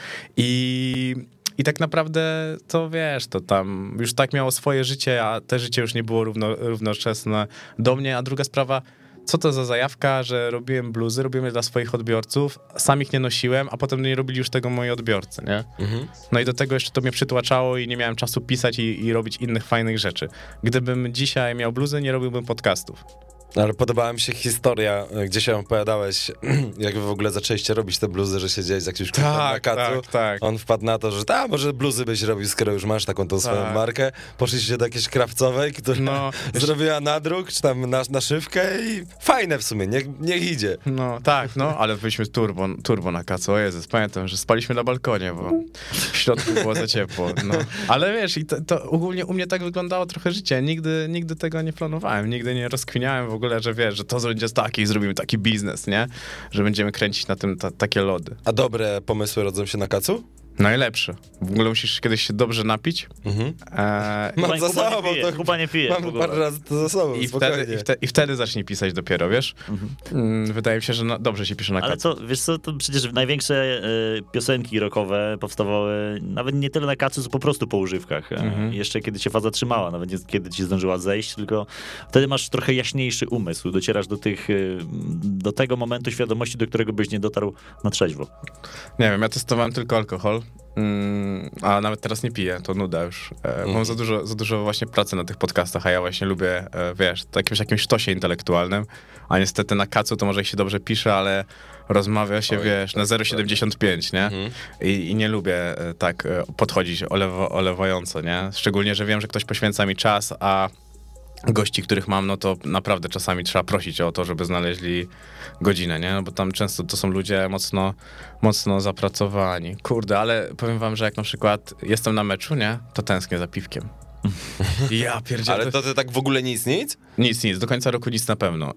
I tak naprawdę to, wiesz, to tam już tak miało swoje życie, a te życie już nie było równoczesne do mnie. A druga sprawa, co to za zajawka, że robiłem bluzy, robiłem je dla swoich odbiorców, sam ich nie nosiłem, a potem nie robili już tego moi odbiorcy, nie? No i do tego jeszcze to mnie przytłaczało i nie miałem czasu pisać i robić innych fajnych rzeczy. Gdybym dzisiaj miał bluzy, nie robiłbym podcastów. Ale podobała mi się historia, gdzie się opowiadałeś, jak wy w ogóle zaczęliście robić te bluzy, że siedziałeś z jakimś klubem na kacu. Tak. On wpadł na to, że może bluzy byś robił, skoro już masz taką tą swoją markę. Poszliście do jakiejś krawcowej, która zrobiła nadruk, czy tam naszywkę i fajne w sumie, niech idzie. No tak, ale byliśmy turbo na kacu. O Jezus, pamiętam, że spaliśmy na balkonie, bo w środku było za ciepło. No. Ale wiesz, i to ogólnie u mnie tak wyglądało trochę życie. Nigdy tego nie planowałem, nigdy nie rozkwiniałem w ogóle, że wiesz, że to będzie taki i zrobimy taki biznes, nie? Że będziemy kręcić na tym takie lody. A dobre pomysły rodzą się na kacu? Najlepsze. W ogóle musisz kiedyś się dobrze napić. Mam za sobą. Chyba nie pije. Mam parę razy to za sobą, I wtedy zacznij pisać dopiero, wiesz? Wydaje mi się, że dobrze się pisze na kacu. Ale co, wiesz co, to przecież największe piosenki rockowe powstawały nawet nie tyle na kacu, co po prostu po używkach. Jeszcze kiedy cię faza trzymała, nawet nie kiedy ci zdążyła zejść, tylko wtedy masz trochę jaśniejszy umysł. Docierasz do tego momentu świadomości, do którego byś nie dotarł na trzeźwo. Nie wiem, ja testowałem tylko alkohol. A nawet teraz nie piję, to nuda już. Mam za dużo właśnie pracy na tych podcastach, a ja właśnie lubię, wiesz, jakimś sztosie intelektualnym, a niestety na kacu to może się dobrze pisze, ale rozmawia się, wiesz, na 0,75, nie? I nie lubię tak podchodzić olewająco, nie? Szczególnie, że wiem, że ktoś poświęca mi czas, a gości, których mam, no to naprawdę czasami trzeba prosić o to, żeby znaleźli godzinę, nie? No bo tam często to są ludzie mocno zapracowani. Kurde, ale powiem wam, że jak na przykład jestem na meczu, nie? To tęsknię za piwkiem. Ja pierdzielę. Ale to ty tak w ogóle nic? Nic, do końca roku nic na pewno.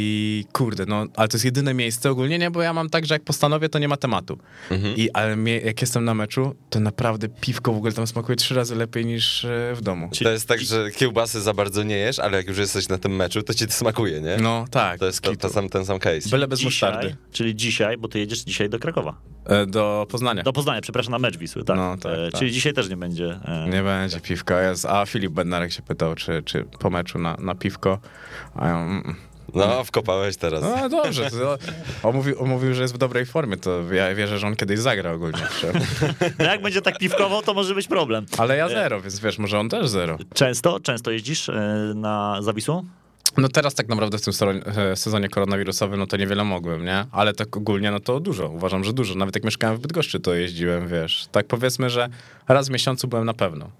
I kurde, ale to jest jedyne miejsce ogólnie, nie? Bo ja mam tak, że jak postanowię, to nie ma tematu. Ale jak jestem na meczu, to naprawdę piwko w ogóle tam smakuje 3 razy lepiej niż w domu. To jest tak, że kiełbasy za bardzo nie jesz, ale jak już jesteś na tym meczu, to ci to smakuje, nie? No tak. To jest ten sam case. Byle bez musztardy. Czyli dzisiaj, bo ty jedziesz dzisiaj do Krakowa. Do Poznania. Do Poznania, przepraszam, na mecz Wisły, tak. No, tak. Czyli dzisiaj też nie będzie. Nie będzie piwka. A Filip Bednarek się pytał, czy po meczu na piwko. A ja, No, wkopałeś teraz. No dobrze. On mówił, że jest w dobrej formie, to ja wierzę, że on kiedyś zagra ogólnie. No jak będzie tak piwkowo, to może być problem. Ale ja 0, więc wiesz, może on też 0. Często jeździsz za Wisłą? No teraz tak naprawdę w tym sezonie koronawirusowym, no to niewiele mogłem, nie? Ale tak ogólnie, no to dużo. Uważam, że dużo. Nawet jak mieszkałem w Bydgoszczy, to jeździłem, wiesz. Tak powiedzmy, że raz w miesiącu byłem na pewno.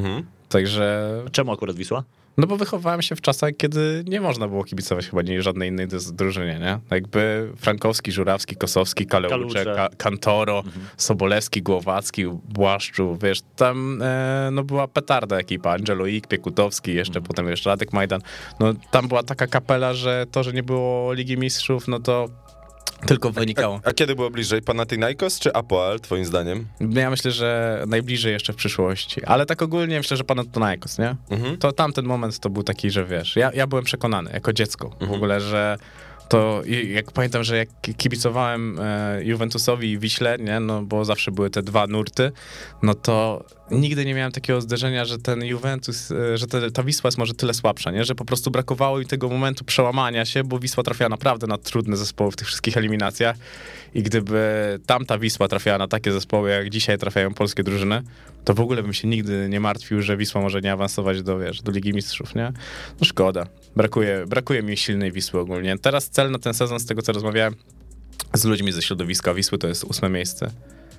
Także... Czemu akurat Wisła? No bo wychowałem się w czasach, kiedy nie można było kibicować chyba żadnej innej drużynie, nie? Jakby Frankowski, Żurawski, Kosowski, Kaleucze, Kantoro, Sobolewski, Głowacki, Błaszczu, wiesz, tam no była petarda ekipa, Angeloik, Piekutowski, jeszcze potem jeszcze Radek Majdan. No tam była taka kapela, że to, że nie było Ligi Mistrzów, no to tylko wynikało. A kiedy było bliżej? Panathinaikos czy Apoel, twoim zdaniem? Ja myślę, że najbliżej jeszcze w przyszłości. Ale tak ogólnie myślę, że Panathinaikos, nie? To tamten moment to był taki, że wiesz, ja byłem przekonany jako dziecko w ogóle, że to jak pamiętam, że jak kibicowałem Juventusowi i Wiśle, nie, no bo zawsze były te dwa nurty, no to nigdy nie miałem takiego zderzenia, że ten Juventus, że ta Wisła jest może tyle słabsza, nie, że po prostu brakowało mi tego momentu przełamania się, bo Wisła trafiała naprawdę na trudne zespoły w tych wszystkich eliminacjach i gdyby tamta Wisła trafiała na takie zespoły, jak dzisiaj trafiają polskie drużyny, to w ogóle bym się nigdy nie martwił, że Wisła może nie awansować do Ligi Mistrzów, nie? No szkoda. Brakuje mi silnej Wisły ogólnie. Teraz cel na ten sezon, z tego co rozmawiałem z ludźmi ze środowiska Wisły, to jest 8. miejsce.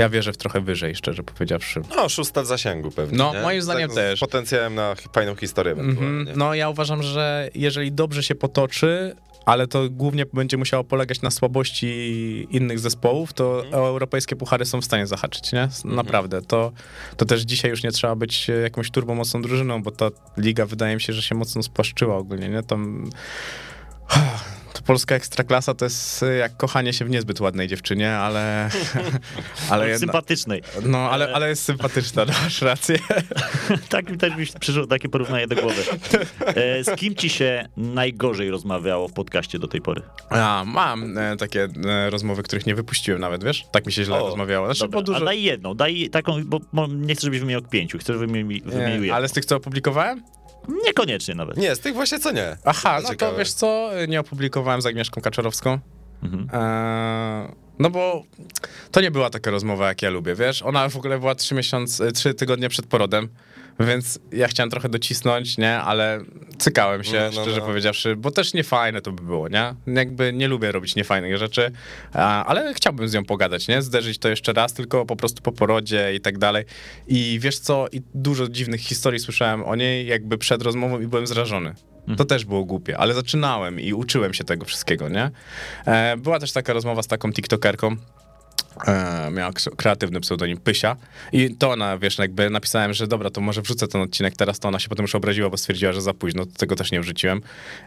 Ja wierzę w trochę wyżej, szczerze powiedziawszy. No, 6 w zasięgu pewnie. No, nie? moim zdaniem Z też. potencjałem na fajną historię ewentualnie. No, ja uważam, że jeżeli dobrze się potoczy, ale to głównie będzie musiało polegać na słabości innych zespołów, to europejskie puchary są w stanie zahaczyć, nie? Naprawdę. To też dzisiaj już nie trzeba być jakąś turbomocną drużyną, bo ta liga wydaje mi się, że się mocno spłaszczyła ogólnie, nie? Tam... To polska ekstraklasa to jest jak kochanie się w niezbyt ładnej dziewczynie, ale sympatycznej. No, ale jest sympatyczna, masz rację. Tak mi też przyszło takie porównanie do głowy. Z kim ci się najgorzej rozmawiało w podcaście do tej pory? Mam takie rozmowy, których nie wypuściłem nawet, wiesz? Tak mi się źle rozmawiało. Znaczy, Dobra, bo dużo... a daj jedną, daj taką, bo nie chcę, żebyś wymienił 5, chcę, żebyś wymienił jedną. Ale z tych, co opublikowałem? Niekoniecznie nawet. Nie, z tych właśnie co nie. Aha, no ciekawe. to wiesz co, nie opublikowałem z Agnieszką Kaczorowską. No bo to nie była taka rozmowa, jak ja lubię, wiesz? Ona w ogóle była 3 tygodnie przed porodem, więc ja chciałem trochę docisnąć, nie? Ale cykałem się, szczerze powiedziawszy, bo też niefajne to by było, nie? Jakby nie lubię robić niefajnych rzeczy, ale chciałbym z nią pogadać, nie? Zderzyć to jeszcze raz, tylko po prostu po porodzie i tak dalej. I wiesz co, i dużo dziwnych historii słyszałem o niej jakby przed rozmową i byłem zrażony. To też było głupie, ale zaczynałem i uczyłem się tego wszystkiego, nie? Była też taka rozmowa z taką tiktokerką, miała kreatywny pseudonim Pysia i to ona, wiesz, jakby napisałem, że dobra, to może wrzucę ten odcinek teraz, to ona się potem już obraziła, bo stwierdziła, że za późno, tego też nie wrzuciłem.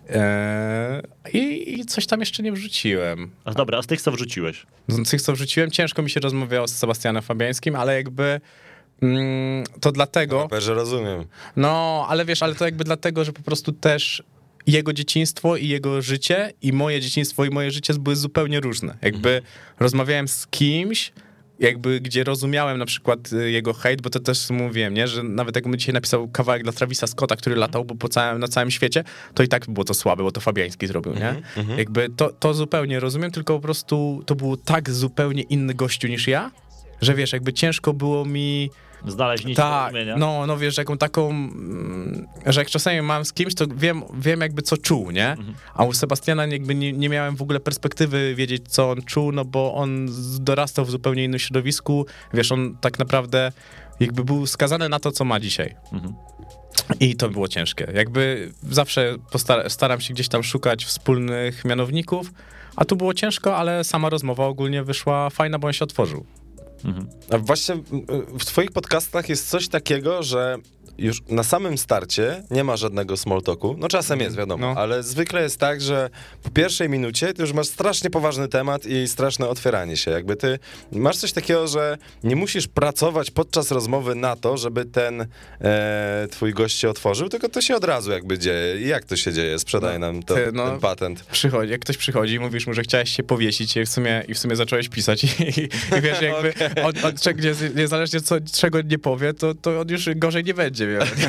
I coś tam jeszcze nie wrzuciłem. Dobra, a z tych co wrzuciłeś? Z tych, co wrzuciłem, ciężko mi się rozmawiało z Sebastianem Fabiańskim, ale jakby to dlatego... Że rozumiem. No, ale wiesz, ale to jakby dlatego, że po prostu też jego dzieciństwo i jego życie i moje dzieciństwo i moje życie były zupełnie różne. Jakby rozmawiałem z kimś, jakby gdzie rozumiałem na przykład jego hejt, bo to też mówiłem, nie, że nawet jakbym dzisiaj napisał kawałek dla Travisa Scotta, który latał na całym świecie, to i tak było to słabe, bo to Fabiański zrobił, nie? Jakby to zupełnie rozumiem, tylko po prostu to był tak zupełnie inny gościu niż ja, że wiesz, jakby ciężko było mi znaleźć nic tak, rozumienia. no wiesz, jaką taką, że jak czasami mam z kimś, to wiem jakby co czuł, nie? A u Sebastiana jakby nie miałem w ogóle perspektywy wiedzieć, co on czuł, no bo on dorastał w zupełnie innym środowisku, wiesz, on tak naprawdę jakby był skazany na to, co ma dzisiaj. I to było ciężkie. Jakby zawsze staram się gdzieś tam szukać wspólnych mianowników, a tu było ciężko, ale sama rozmowa ogólnie wyszła fajna, bo on się otworzył. A właśnie w twoich podcastach jest coś takiego, że już na samym starcie nie ma żadnego small talku. No czasem jest, wiadomo, ale zwykle jest tak, że po pierwszej minucie ty już masz strasznie poważny temat i straszne otwieranie się. Jakby ty masz coś takiego, że nie musisz pracować podczas rozmowy na to, żeby ten twój gość się otworzył, tylko to się od razu jakby dzieje. I jak to się dzieje? Sprzedaj nam ten patent. Jak ktoś przychodzi i mówisz mu, że chciałeś się powiesić i w sumie zacząłeś pisać i wiesz, jakby niezależnie czego nie powie, to on już gorzej nie będzie.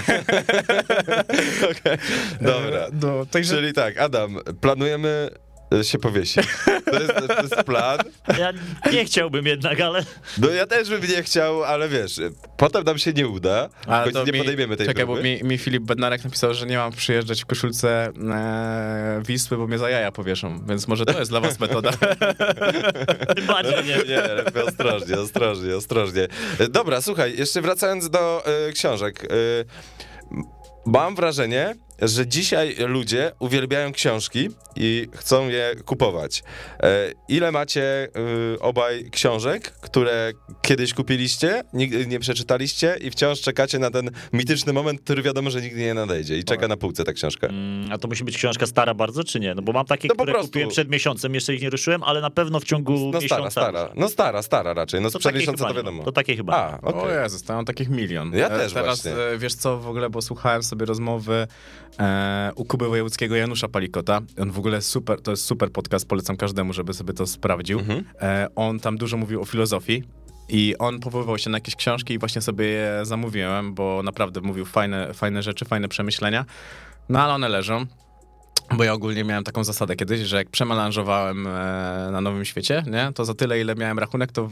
Okay. Dobra. No, także... Czyli tak, Adam, planujemy się powiesić. To jest plan. Ja nie chciałbym jednak, ale... No ja też bym nie chciał, ale wiesz, potem nam się nie uda, choć nie podejmiemy tej próby. Czekaj, bo mi Filip Bednarek napisał, że nie mam przyjeżdżać w koszulce Wisły, bo mnie za jaja powieszą, więc może to jest dla was metoda. Tym bardziej nie, lepiej ostrożnie. Dobra, słuchaj, jeszcze wracając do książek. Mam wrażenie, że dzisiaj ludzie uwielbiają książki i chcą je kupować. Ile macie obaj książek, które kiedyś kupiliście, nigdy nie przeczytaliście i wciąż czekacie na ten mityczny moment, który wiadomo, że nigdy nie nadejdzie i czeka na półce ta książka? A to musi być książka stara bardzo, czy nie? No bo mam takie, które kupiłem przed miesiącem, jeszcze ich nie ruszyłem, ale na pewno w ciągu miesiąca. Stara raczej. No sprzed miesiąca to wiadomo. To takie chyba. Okay. O Jezus, to mam takich milion. Ja też teraz, właśnie. Wiesz co, w ogóle, bo słuchałem sobie rozmowy u Kuby Wojewódzkiego Janusza Palikota. On w ogóle to jest super podcast, polecam każdemu, żeby sobie to sprawdził. On tam dużo mówił o filozofii i on powoływał się na jakieś książki i właśnie sobie je zamówiłem, bo naprawdę mówił fajne rzeczy, fajne przemyślenia. No ale one leżą. Bo ja ogólnie miałem taką zasadę kiedyś, że jak przemelanżowałem na Nowym Świecie, nie, to za tyle, ile miałem rachunek, to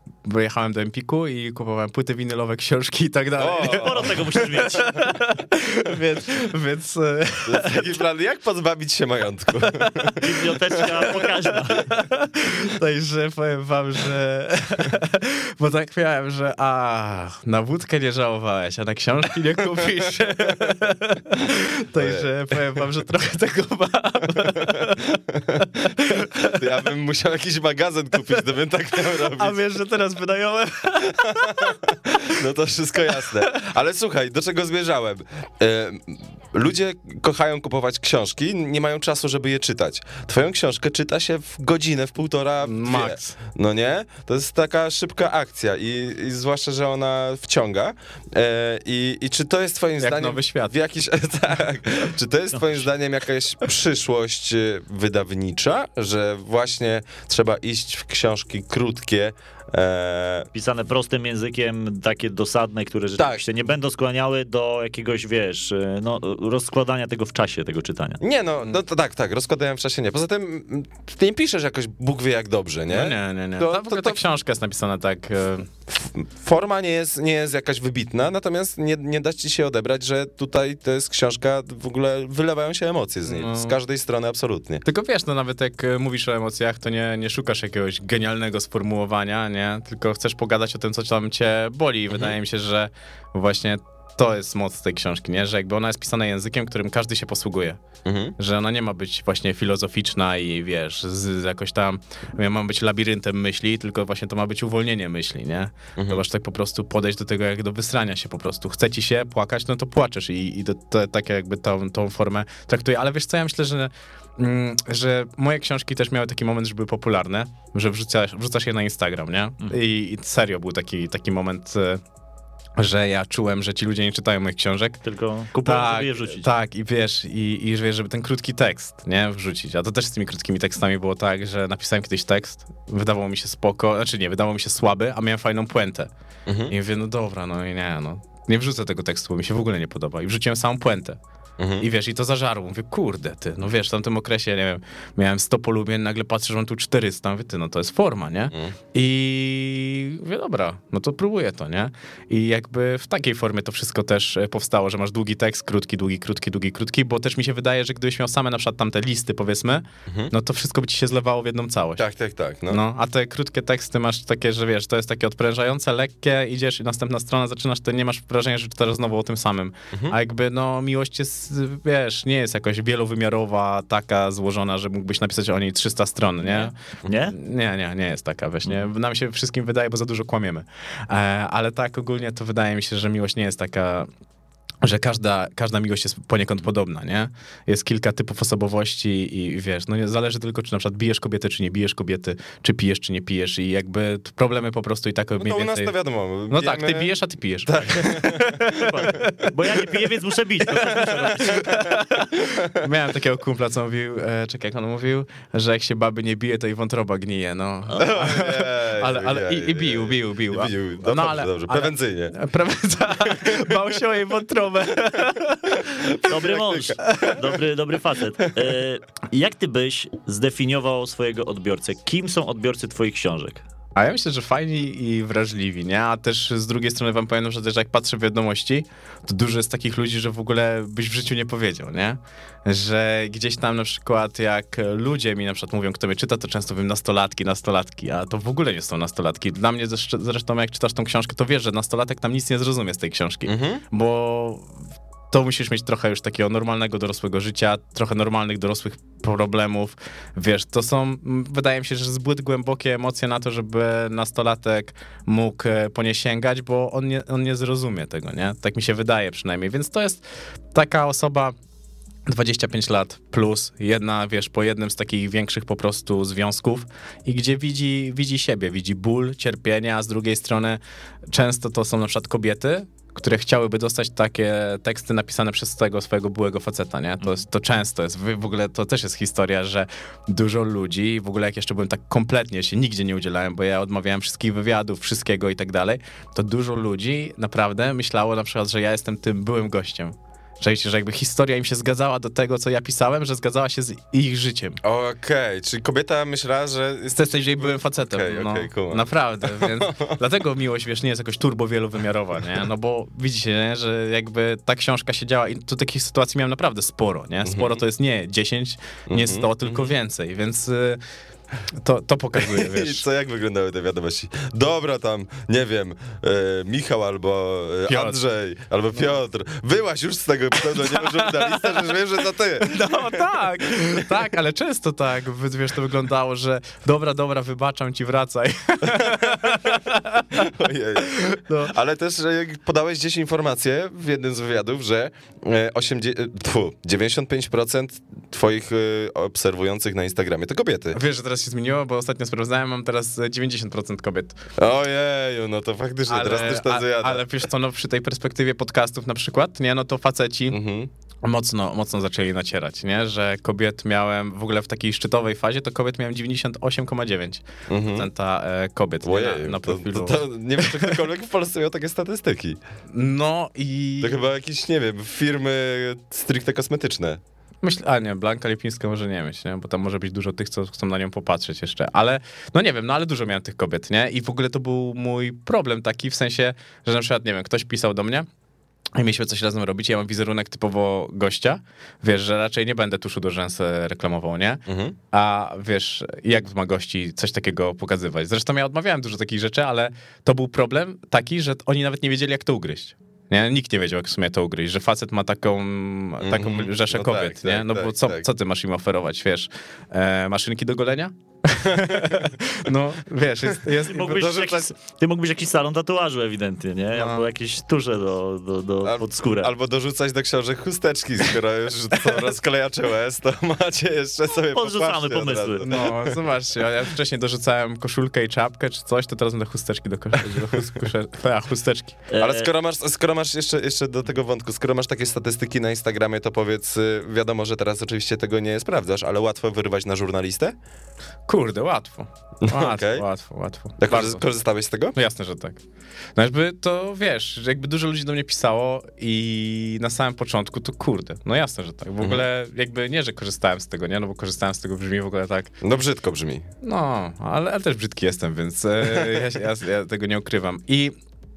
wyjechałem do Empiku i kupowałem płyty winylowe, książki i tak dalej. Sporo tego musisz mieć. Więc To jest taki plan, jak pozbawić się majątku? Biblioteczka pokaźna. Także powiem wam, że bo tak miałem, że na wódkę nie żałowałeś, a na książki nie kupisz. Także powiem wam, że trochę tego mam. To ja bym musiał jakiś magazyn kupić, gdybym tak miał robić. A wiesz, że teraz wynająłem? No to wszystko jasne. Ale słuchaj, do czego zmierzałem? Ludzie kochają kupować książki, nie mają czasu, żeby je czytać. Twoją książkę czyta się w godzinę, w półtora, dwie. Max. No nie? To jest taka szybka akcja i zwłaszcza, że ona wciąga. I czy to jest twoim Jak zdaniem... Nowy Świat. Tak. Czy to jest twoim zdaniem jakaś przyszłość wydawnicza, że właśnie trzeba iść w książki krótkie, Pisane prostym językiem, takie dosadne, które rzeczywiście nie będą skłaniały do jakiegoś, wiesz, rozkładania tego w czasie, tego czytania. Nie, no to tak, rozkładałem w czasie nie. Poza tym ty nie piszesz jakoś Bóg wie jak dobrze, nie? No nie. To Ta książka jest napisana tak... Forma nie jest jakaś wybitna, natomiast nie da ci się odebrać, że tutaj to jest książka, w ogóle wylewają się emocje z niej, z każdej strony absolutnie. Tylko wiesz, nawet jak mówisz o emocjach, to nie szukasz jakiegoś genialnego sformułowania, nie? Tylko chcesz pogadać o tym, co tam cię boli. I wydaje mi się, że właśnie to jest moc tej książki, nie? Że jakby ona jest pisana językiem, którym każdy się posługuje. Że ona nie ma być właśnie filozoficzna i wiesz, jakoś tam ma być labiryntem myśli, tylko właśnie to ma być uwolnienie myśli, nie? To masz tak po prostu podejść do tego jak do wysrania się po prostu. Chce ci się płakać, no to płaczesz i to tak jakby tą formę traktuje. Ale wiesz co, ja myślę, że moje książki też miały taki moment, że były popularne, że wrzucasz je na Instagram, nie? I serio był taki moment, że ja czułem, że ci ludzie nie czytają moich książek. Tylko kupują, żeby je wrzucić. Tak, i wiesz, i wiesz, żeby ten krótki tekst, nie, wrzucić. A to też z tymi krótkimi tekstami było tak, że napisałem kiedyś tekst, wydawało mi się wydawało mi się słaby, a miałem fajną puentę. I mówię, no dobra, nie wrzucę tego tekstu, bo mi się w ogóle nie podoba. I wrzuciłem samą puentę. I wiesz, i to zażarło. Mówię, kurde, ty, no wiesz, w tamtym okresie, nie wiem, miałem 100 polubień, nagle patrzę, że mam tu 400. Mówię, ty, no to jest forma, nie? I mówię, dobra, no to próbuję to, nie? I jakby w takiej formie to wszystko też powstało, że masz długi tekst, krótki, długi, krótki, bo też mi się wydaje, że gdybyś miał same na przykład tamte listy, powiedzmy, no to wszystko by ci się zlewało w jedną całość. Tak. No, a te krótkie teksty masz takie, że wiesz, to jest takie odprężające, lekkie, idziesz i następna strona, zaczynasz, to nie masz wrażenia, że czytasz znowu o tym samym. A jakby, miłość jest, wiesz, nie jest jakoś wielowymiarowa, taka złożona, że mógłbyś napisać o niej 300 stron, nie? Nie? Nie jest taka, wiesz, nie? Nam się wszystkim wydaje, bo za dużo kłamiemy. Ale tak ogólnie to wydaje mi się, że miłość nie jest taka, że każda miłość jest poniekąd podobna, nie? Jest kilka typów osobowości i wiesz, zależy tylko, czy na przykład bijesz kobietę, czy nie bijesz kobiety, czy pijesz, czy nie pijesz i jakby problemy po prostu i tak mniej to więcej... u nas to wiadomo. No tak, ty bijesz, a ty pijesz. Tak. Bo ja nie piję, więc muszę bić. To też muszę robić. Miałem takiego kumpla, co mówił, jak on mówił, że jak się baby nie bije, to i wątroba gnije, no. I bił. Dobrze, prewencyjnie. Bał się o jej wątrobę. Dobry mąż. Dobry facet. Jak ty byś zdefiniował swojego odbiorcę? Kim są odbiorcy twoich książek? A ja myślę, że fajni i wrażliwi, nie? A też z drugiej strony wam powiem, że też jak patrzę w wiadomości, to dużo jest takich ludzi, że w ogóle byś w życiu nie powiedział, nie? Że gdzieś tam na przykład jak ludzie mi na przykład mówią, kto mnie czyta, to często mówią nastolatki, a to w ogóle nie są nastolatki. Dla mnie zresztą jak czytasz tą książkę, to wiesz, że nastolatek tam nic nie zrozumie z tej książki, bo to musisz mieć trochę już takiego normalnego dorosłego życia, trochę normalnych dorosłych problemów. Wiesz, to są, wydaje mi się, że zbyt głębokie emocje na to, żeby nastolatek mógł po nie sięgać, bo on nie zrozumie tego, nie? Tak mi się wydaje przynajmniej. Więc to jest taka osoba 25 lat plus, jedna, wiesz, po jednym z takich większych po prostu związków i gdzie widzi siebie, widzi ból, cierpienia, a z drugiej strony często to są na przykład kobiety, które chciałyby dostać takie teksty napisane przez tego swojego byłego faceta, nie? To często jest, w ogóle to też jest historia, że dużo ludzi, w ogóle jak jeszcze byłem tak kompletnie, się nigdzie nie udzielałem, bo ja odmawiałem wszystkich wywiadów, wszystkiego i tak dalej, to dużo ludzi naprawdę myślało na przykład, że ja jestem tym byłym gościem. Że jakby historia im się zgadzała do tego, co ja pisałem, że zgadzała się z ich życiem. Okej, czyli kobieta myślała, że... Jesteś, że byłem facetem. Okej, cool. Naprawdę, więc dlatego miłość, wiesz, nie jest jakoś turbo wielowymiarowa, nie? No bo widzicie, nie? Że jakby ta książka się działa i tu takich sytuacji miałem naprawdę sporo, nie? Sporo to jest nie 10, nie 100, tylko więcej, więc... To pokazuje, wiesz. I co, jak wyglądały te wiadomości? Dobra, tam, nie wiem, Michał albo Piotr. Andrzej, albo Piotr. Wyłaź już z tego pseudonimu żurnalista, że wiem, że to ty. No tak, ale często tak, wiesz, to wyglądało, że dobra, wybaczam ci, wracaj. Ojej. No. Ale też jak podałeś gdzieś informację w jednym z wywiadów, że 95% twoich obserwujących na Instagramie to kobiety. Wiesz, że teraz się zmieniło, bo ostatnio sprawdzałem, mam teraz 90% kobiet. Ojeju, no to faktycznie, teraz też to zjada. Ale wiesz co, no przy tej perspektywie podcastów na przykład, nie, no to faceci mocno zaczęli nacierać, nie, że kobiet miałem, w ogóle w takiej szczytowej fazie, to kobiet miałem 98,9% kobiet na profilu. To nie wiem, czy ktokolwiek w Polsce miał takie statystyki. No i... To chyba jakieś, nie wiem, firmy stricte kosmetyczne. Nie, Blanka Lipińska może nie mieć, nie? Bo tam może być dużo tych, co chcą na nią popatrzeć jeszcze, ale no nie wiem, no ale dużo miałem tych kobiet, nie? I w ogóle to był mój problem taki, w sensie, że na przykład, nie wiem, ktoś pisał do mnie i mieliśmy coś razem robić, ja mam wizerunek typowo gościa, wiesz, że raczej nie będę tuszu do rzęs reklamował, nie? A wiesz, jak ma gości coś takiego pokazywać? Zresztą ja odmawiałem dużo takich rzeczy, ale to był problem taki, że oni nawet nie wiedzieli, jak to ugryźć. Nie? Nikt nie wiedział, jak w sumie to ugryźć, że facet ma taką rzeszę kobiet, tak, nie? No bo co ty masz im oferować, wiesz? Maszynki do golenia? No, wiesz, jest Ty mógłbyś jakiś salon tatuażu ewidentnie, nie? No. Albo jakieś tusze pod skórę. Albo dorzucać do książek chusteczki, skoro już są rozklejacze łez, to macie jeszcze sobie podrzucamy pomysły. No, zobaczcie, ja wcześniej dorzucałem koszulkę i czapkę czy coś, to teraz będę chusteczki chusteczki. Ale skoro masz jeszcze do tego wątku, skoro masz takie statystyki na Instagramie, to powiedz, wiadomo, że teraz oczywiście tego nie sprawdzasz, ale łatwo wyrywać na żurnalistę? Kurde, łatwo. Okej. Łatwo. Tak, korzystałeś z tego? No jasne, że tak. No jakby to, wiesz, że jakby dużo ludzi do mnie pisało i na samym początku to kurde, no jasne, że tak. W ogóle jakby nie, że korzystałem z tego, nie? No bo korzystałem z tego, brzmi w ogóle tak. No brzydko brzmi. No, ale też brzydki jestem, więc ja tego nie ukrywam. I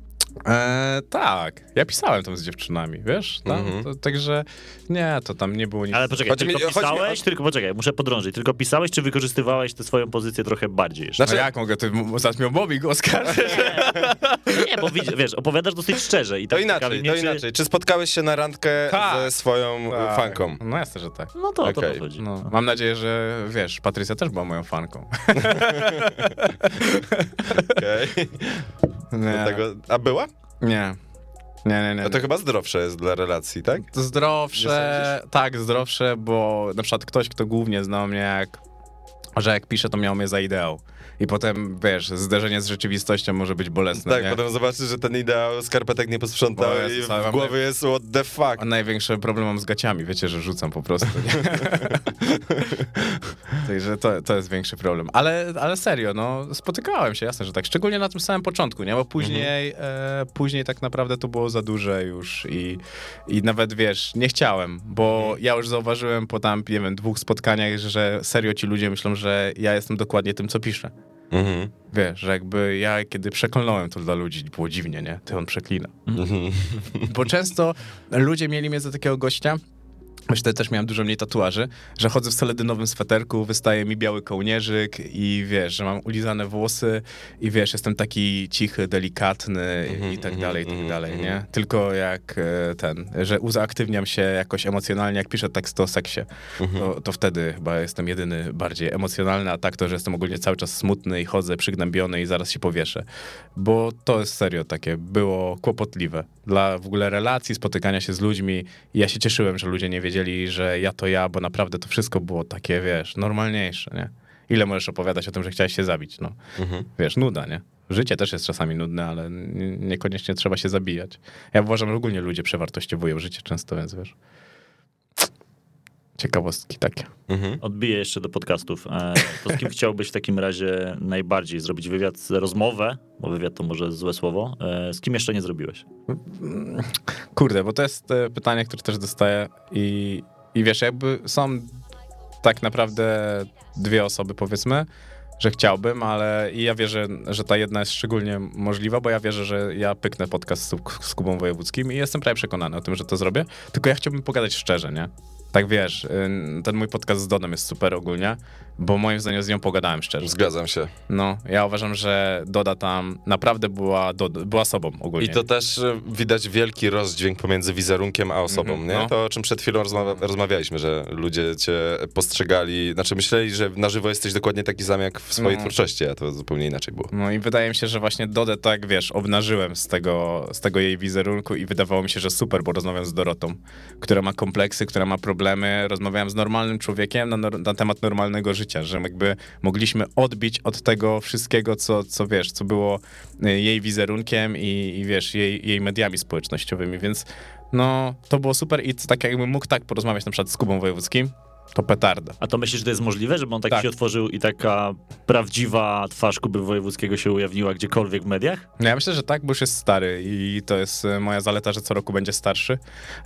tak, ja pisałem tam z dziewczynami, wiesz? Także nie, to tam nie było nic. Ale poczekaj, poczekaj, muszę podrążyć. Tylko pisałeś, czy wykorzystywałeś tę swoją pozycję trochę bardziej jeszcze? Znaczy, jak mogę? Ty zaraz mnie o mobbing oskarżyć? Nie, bo wiesz, opowiadasz dosyć szczerze. I tak inaczej. Czy spotkałeś się na randkę ze swoją fanką? No jasne, że tak. No to chodzi. No, mam nadzieję, że wiesz, Patrycja też była moją fanką. Okej. A była? Nie. No to chyba zdrowsze jest dla relacji, tak? To zdrowsze, bo na przykład ktoś, kto głównie znał mnie jak pisze, to miał mnie za ideał. I potem, wiesz, zderzenie z rzeczywistością może być bolesne, tak, nie? potem zobaczysz, że ten ideał skarpetek nie posprzątał i w głowie jest what the fuck. A największy problem mam z gaciami, wiecie, że rzucam po prostu, nie? Także to jest większy problem. Ale serio, no, spotykałem się, jasne, że tak. Szczególnie na tym samym początku, nie? Bo później tak naprawdę to było za duże już i nawet, wiesz, nie chciałem, bo ja już zauważyłem po tam, nie wiem, 2 spotkaniach, że serio ci ludzie myślą, że ja jestem dokładnie tym, co piszę. Wiesz, że jakby ja kiedy przeklnąłem to dla ludzi, było dziwnie, nie? Ty on przeklina. Bo często ludzie mieli mnie za takiego gościa, myślę, też miałem dużo mniej tatuaży, że chodzę w seledynowym sweterku, wystaje mi biały kołnierzyk i wiesz, że mam ulizane włosy i wiesz, jestem taki cichy, delikatny i tak dalej, nie? Tylko jak że uzaaktywniam się jakoś emocjonalnie, jak piszę teksty o seksie, to wtedy chyba jestem jedyny bardziej emocjonalny, a tak to, że jestem ogólnie cały czas smutny i chodzę przygnębiony i zaraz się powieszę. Bo to jest serio takie, było kłopotliwe. Dla w ogóle relacji, spotykania się z ludźmi i ja się cieszyłem, że ludzie nie wiedzieli, że ja to ja, bo naprawdę to wszystko było takie, wiesz, normalniejsze, nie? Ile możesz opowiadać o tym, że chciałeś się zabić, no. Wiesz, nuda, nie? Życie też jest czasami nudne, ale niekoniecznie trzeba się zabijać. Ja uważam, że ogólnie ludzie przewartościowują życie często, więc wiesz. ciekawostki takie. Odbiję jeszcze do podcastów. To z kim chciałbyś w takim razie najbardziej zrobić wywiad, rozmowę, bo wywiad to może złe słowo, z kim jeszcze nie zrobiłeś? Kurde, bo to jest pytanie, które też dostaję i wiesz, jakby są tak naprawdę dwie osoby, powiedzmy, że chciałbym, ale i ja wierzę, że ta jedna jest szczególnie możliwa, bo ja wierzę, że ja pyknę podcast z Kubą Wojewódzkim i jestem prawie przekonany o tym, że to zrobię, tylko ja chciałbym pogadać szczerze, nie? Tak wiesz, ten mój podcast z Dodą jest super ogólnie, bo moim zdaniem z nią pogadałem szczerze. Zgadzam się. No, ja uważam, że Doda tam naprawdę była sobą ogólnie. I to też widać wielki rozdźwięk pomiędzy wizerunkiem a osobą, nie? no. To, o czym przed chwilą rozmawialiśmy, że ludzie cię postrzegali, znaczy myśleli, że na żywo jesteś dokładnie taki sam jak w swojej twórczości, a to zupełnie inaczej było. No i wydaje mi się, że właśnie Dodę tak, wiesz, obnażyłem z tego jej wizerunku i wydawało mi się, że super, bo rozmawiam z Dorotą, która ma kompleksy, która ma problemy, rozmawiałem z normalnym człowiekiem na temat normalnego życia, że jakby mogliśmy odbić od tego wszystkiego, co wiesz, co było jej wizerunkiem i wiesz, jej mediami społecznościowymi, więc no, to było super i tak jakbym mógł tak porozmawiać na przykład z Kubą Wojewódzkim, to petarda. A to myślisz, że to jest możliwe, żeby on tak Tak. się otworzył i taka prawdziwa twarz Kuby Wojewódzkiego się ujawniła gdziekolwiek w mediach? No ja myślę, że tak, bo już jest stary i to jest moja zaleta, że co roku będzie starszy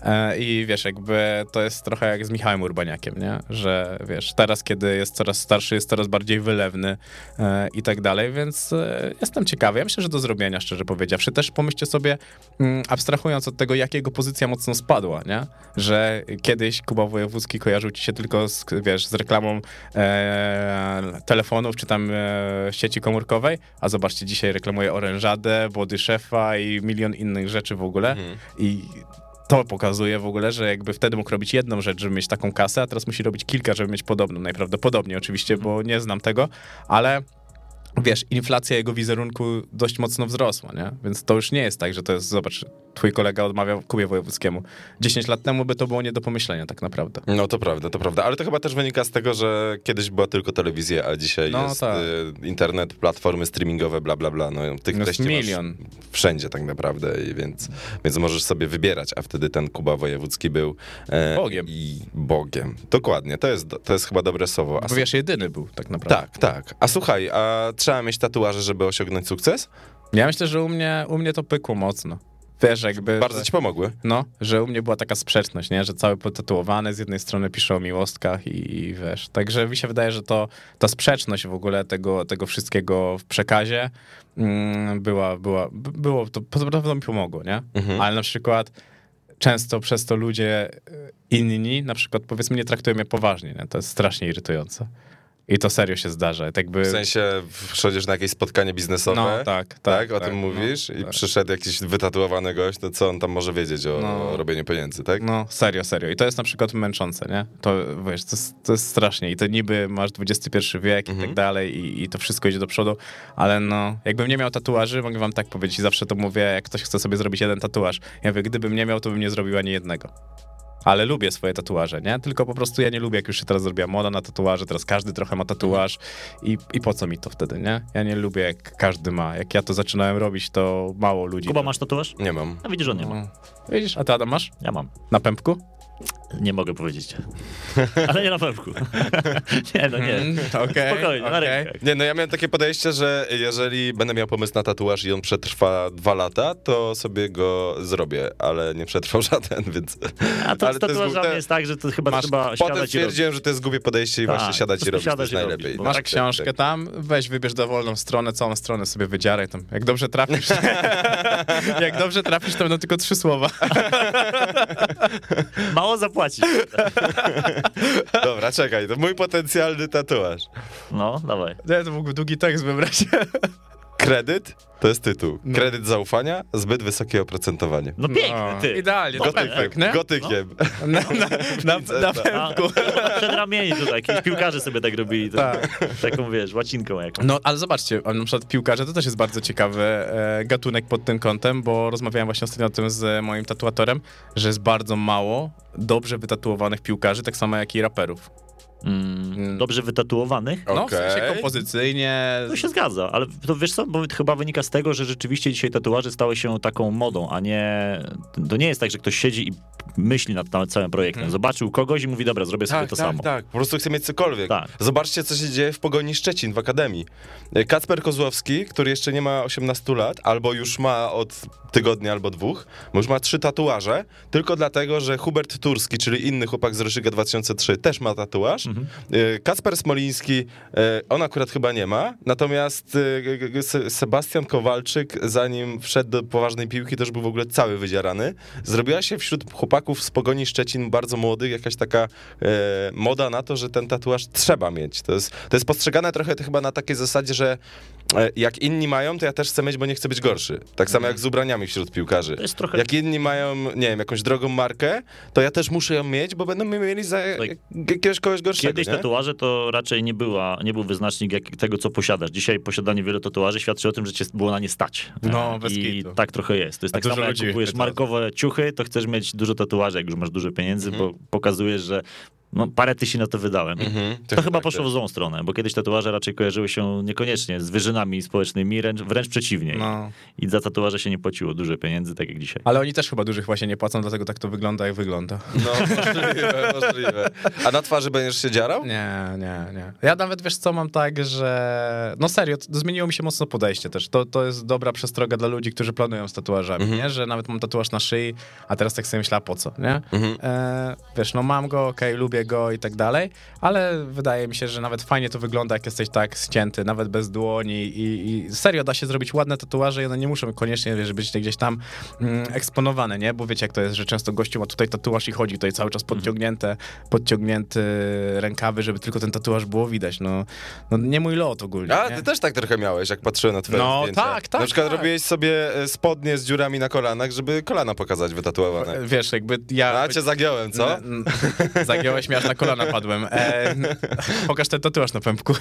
i wiesz, jakby to jest trochę jak z Michałem Urbaniakiem, nie? Że wiesz, teraz kiedy jest coraz starszy, jest coraz bardziej wylewny i tak dalej, więc jestem ciekawy. Ja myślę, że do zrobienia, szczerze powiedziawszy. Też pomyślcie sobie, abstrahując od tego, jak jego pozycja mocno spadła, nie? Że kiedyś Kuba Wojewódzki kojarzył ci się tylko z reklamą telefonów czy tam sieci komórkowej, a zobaczcie, dzisiaj reklamuje orężadę, Body Szefa i milion innych rzeczy w ogóle i to pokazuje w ogóle, że jakby wtedy mógł robić jedną rzecz, żeby mieć taką kasę, a teraz musi robić kilka, żeby mieć podobną, najprawdopodobniej oczywiście, bo nie znam tego, ale wiesz, inflacja jego wizerunku dość mocno wzrosła, nie? Więc to już nie jest tak, że to jest, zobacz, twój kolega odmawiał Kubie Wojewódzkiemu. 10 lat temu by to było nie do pomyślenia tak naprawdę. No to prawda, ale to chyba też wynika z tego, że kiedyś była tylko telewizja, a dzisiaj No, jest tak. internet, platformy streamingowe, bla, bla, bla. No, tych Jest treści milion. masz wszędzie tak naprawdę, więc możesz sobie wybierać, a wtedy ten Kuba Wojewódzki był Bogiem. I Bogiem. Dokładnie, to jest chyba dobre słowo. Bo wiesz, jedyny był tak naprawdę. Tak. A słuchaj, a trzeba mieć tatuaże, żeby osiągnąć sukces? Ja myślę, że u mnie to pykło mocno. Wiesz, jakby... Bardzo ci pomogły. No, że u mnie była taka sprzeczność, nie? Że cały potatuowany, z jednej strony pisze o miłostkach i wiesz. Także mi się wydaje, że ta sprzeczność w ogóle tego wszystkiego w przekazie to mi pomogło, nie? Ale na przykład często przez to ludzie inni, na przykład powiedzmy, nie traktują mnie poważnie, nie? To jest strasznie irytujące. I to serio się zdarza. Tak jakby... W sensie przychodzisz na jakieś spotkanie biznesowe, No, tak, o tym mówisz no, i tak. przyszedł jakiś wytatuowany gość, to co on tam może wiedzieć o robieniu pieniędzy, tak? No, serio. I to jest na przykład męczące, nie? To, wiesz, to jest strasznie. I to niby masz XXI wiek i tak dalej i to wszystko idzie do przodu, ale no, jakbym nie miał tatuaży, mogę wam tak powiedzieć i zawsze to mówię, jak ktoś chce sobie zrobić jeden tatuaż. Ja mówię, gdybym nie miał, to bym nie zrobił ani jednego. Ale lubię swoje tatuaże, nie? Tylko po prostu ja nie lubię, jak już się teraz zrobiła moda na tatuaże, teraz każdy trochę ma tatuaż i po co mi to wtedy, nie? Ja nie lubię, jak każdy ma. Jak ja to zaczynałem robić, to mało ludzi. Kuba, masz tatuaż? Nie mam. A widzisz, że on nie ma. No. Widzisz? A ty, Adam, masz? Ja mam. Na pępku? Nie mogę powiedzieć. Ale nie na pępku. Nie, no nie. Okej. Spokojnie, na rękach. Nie, no ja miałem takie podejście, że jeżeli będę miał pomysł na tatuaż i on przetrwa 2 lata, to sobie go zrobię, ale nie przetrwał żaden, więc... A to ale z tatuażami jest tak, że to chyba trzeba Potem siadać i robić. stwierdziłem, że to jest głupie podejście i Tak, właśnie siadać po i prostu robić, to jest siadać i najlepiej. robić, bo Masz Tak, książkę tak. tam, weź, wybierz dowolną stronę, całą stronę sobie wydzieraj tam. Jak dobrze trafisz, jak dobrze trafisz, to będą tylko 3 słowa. Mało zapłacić. Dobra, czekaj, to mój potencjalny tatuaż. No, dawaj. Nie, to mógłby długi tekst wybrać. Kredyt to jest tytuł. Kredyt zaufania, zbyt wysokie oprocentowanie. No piękny, ty. Idealnie, to Gotyk, perfekt, Gotykiem. Na pępku. Przed ramieni tutaj, jakieś piłkarze sobie tak robili. Taką, wiesz, łacinką jakąś. No, ale zobaczcie, na przykład piłkarze to też jest bardzo ciekawy gatunek pod tym kątem, bo rozmawiałem właśnie ostatnio o tym z moim tatuatorem, że jest bardzo mało dobrze wytatuowanych piłkarzy, tak samo jak i raperów. dobrze wytatuowanych. No, w sensie kompozycyjnie. To się zgadza, ale to wiesz co, bo chyba wynika z tego, że rzeczywiście dzisiaj tatuaże stały się taką modą, a nie... To nie jest tak, że ktoś siedzi i myśli nad całym projektem. Zobaczył kogoś i mówi, dobra, zrobię sobie to samo. Tak, po prostu chce mieć cokolwiek. Tak. Zobaczcie, co się dzieje w Pogoni Szczecin w Akademii. Kacper Kozłowski, który jeszcze nie ma 18 lat, albo już ma od tygodnia albo 2, bo już ma 3 tatuaże, tylko dlatego, że Hubert Turski, czyli inny chłopak z Roszyga 2003, też ma tatuaż. Kacper Smoliński, on akurat chyba nie ma, natomiast Sebastian Kowalczyk, zanim wszedł do poważnej piłki, też był w ogóle cały wydzierany. Zrobiła się wśród chłopaków z Pogoni Szczecin bardzo młodych jakaś taka moda na to, że ten tatuaż trzeba mieć. To jest postrzegane trochę chyba na takiej zasadzie, że jak inni mają, to ja też chcę mieć, bo nie chcę być gorszy. Tak samo jak z ubraniami wśród piłkarzy. To jest trochę... Jak inni mają, nie wiem, jakąś drogą markę, to ja też muszę ją mieć, bo będą mnie mieli za jakiegoś kogoś gorszego. Kiedyś tatuaże to raczej nie był wyznacznik tego, co posiadasz. Dzisiaj posiadanie wielu tatuaży świadczy o tym, że cię było na nie stać. No, bez I kitu. tak trochę jest. To jest tak samo, jak kupujesz markowe ciuchy, to chcesz mieć dużo tatuaży, jak już masz dużo pieniędzy, bo pokazujesz, że parę tysięcy na to wydałem. To chyba poszło w złą stronę, bo kiedyś tatuaże raczej kojarzyły się niekoniecznie z wyżynami społecznymi, wręcz przeciwnie. I za tatuaże się nie płaciło dużo pieniędzy, tak jak dzisiaj. Ale oni też chyba dużych właśnie nie płacą, dlatego tak to wygląda, jak wygląda. No, możliwe. A na twarzy będziesz się dzierał? Nie. Ja nawet, wiesz co, mam tak, że... No serio, zmieniło mi się mocno podejście też. To jest dobra przestroga dla ludzi, którzy planują z tatuażami, nie? Że nawet mam tatuaż na szyi, a teraz tak sobie myślę, a po co, nie? Wiesz, mam go, okej, lubię go i tak dalej, ale wydaje mi się, że nawet fajnie to wygląda, jak jesteś tak ścięty, nawet bez dłoni i serio da się zrobić ładne tatuaże i one nie muszą koniecznie, wiesz, być gdzieś tam eksponowane, nie? Bo wiecie, jak to jest, że często gościu ma tutaj tatuaż i chodzi tutaj cały czas podciągnięte rękawy, żeby tylko ten tatuaż było widać, no nie mój lot ogólnie. A ty też tak trochę miałeś, jak patrzyłem na twoje zdjęcia. Tak. Na przykład robiłeś sobie spodnie z dziurami na kolanach, żeby kolana pokazać wytatuowane. Wiesz, jakby ja... A cię zagiąłem, co? Zagiąłeś mnie, aż na kolana padłem. Pokaż ten tatuaż na pępku.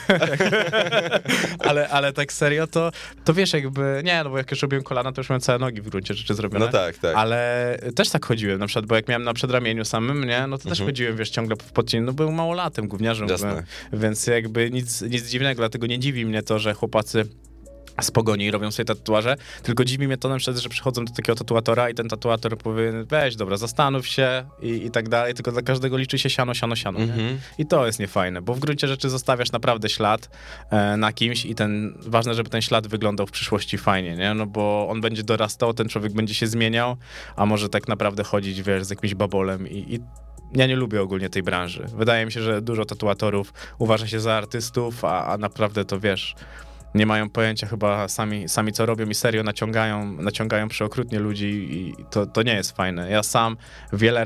ale tak serio, to wiesz, jakby... Nie, no bo jak już robiłem kolana, to już miałem całe nogi w gruncie rzeczy zrobione. No tak. Ale też tak chodziłem, na przykład, bo jak miałem na przedramieniu samym, nie, no to też chodziłem, wiesz, ciągle w podcieniu, no byłem małolatem, gówniarzem byłem, więc jakby nic dziwnego, dlatego nie dziwi mnie to, że chłopacy z Pogoni robią sobie tatuaże, tylko dziwi mnie to na przykład, że przychodzą do takiego tatuatora i ten tatuator powie, weź, dobra, zastanów się i tak dalej, tylko dla każdego liczy się siano. Nie? I to jest niefajne, bo w gruncie rzeczy zostawiasz naprawdę ślad na kimś i ważne, żeby ten ślad wyglądał w przyszłości fajnie, nie? No bo on będzie dorastał, ten człowiek będzie się zmieniał, a może tak naprawdę chodzić, wiesz, z jakimś babolem i ja nie lubię ogólnie tej branży. Wydaje mi się, że dużo tatuatorów uważa się za artystów, a naprawdę to, wiesz, nie mają pojęcia chyba sami co robią i serio naciągają przeokrutnie ludzi i to nie jest fajne. Ja sam wiele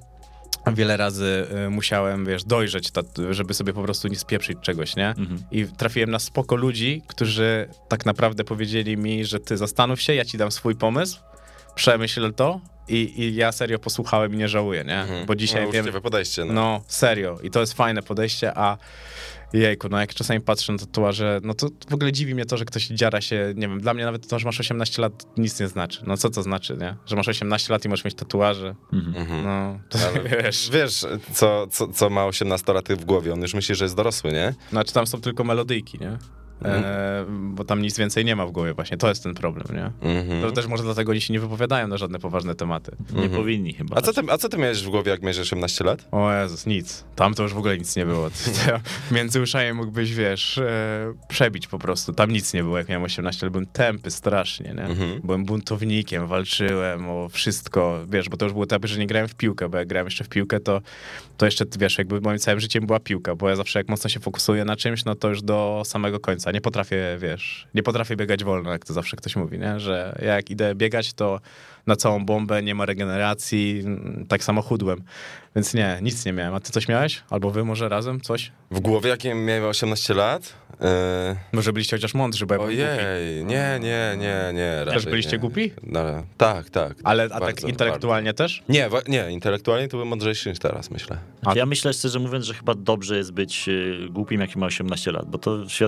razy musiałem, wiesz, dojrzeć, żeby sobie po prostu nie spieprzyć czegoś, nie? I trafiłem na spoko ludzi, którzy tak naprawdę powiedzieli mi, że ty zastanów się, ja ci dam swój pomysł, przemyśl to i ja serio posłuchałem i nie żałuję, nie? Bo dzisiaj wiem... podejście, no, serio. I to jest fajne podejście, a jejku, no jak czasami patrzę na tatuaże, no to w ogóle dziwi mnie to, że ktoś dziara się, nie wiem, dla mnie nawet to, że masz 18 lat nic nie znaczy. No co to znaczy, nie? Że masz 18 lat i możesz mieć tatuaże. No, to wiesz co ma 18-latek w głowie, on już myśli, że jest dorosły, nie? Znaczy tam są tylko melodyjki, nie? Bo tam nic więcej nie ma w głowie właśnie, to jest ten problem, nie? To też może dlatego oni się nie wypowiadają na żadne poważne tematy. Nie powinni chyba. A co ty miałeś w głowie, jak miałeś 18 lat? O Jezus, nic. Tam to już w ogóle nic nie było. Między uszami mógłbyś, wiesz, przebić po prostu. Tam nic nie było, jak miałem 18 lat. Byłem tępy strasznie, nie? Byłem buntownikiem, walczyłem o wszystko, wiesz, bo to już było etapy, że nie grałem w piłkę, bo jak grałem jeszcze w piłkę, to jeszcze, wiesz, jakby moim całym życiem była piłka, bo ja zawsze jak mocno się fokusuję na czymś, no to już do samego końca. Nie potrafię biegać wolno, jak to zawsze ktoś mówi, nie? Że jak idę biegać, to na całą bombę, nie ma regeneracji, tak samo chudłem. Więc nie, nic nie miałem. A ty coś miałeś? Albo wy może razem coś? W głowie, jak miałem 18 lat? Może byliście chociaż mądrzy, bo ja byłem Ojej, nie. Też byliście głupi? No, tak. Ale tak intelektualnie też? Nie, intelektualnie to byłem mądrzejszy niż teraz, myślę. Ja myślę, szczerze mówiąc, że chyba dobrze jest być głupim, jak ma 18 lat, bo to świadczy o takim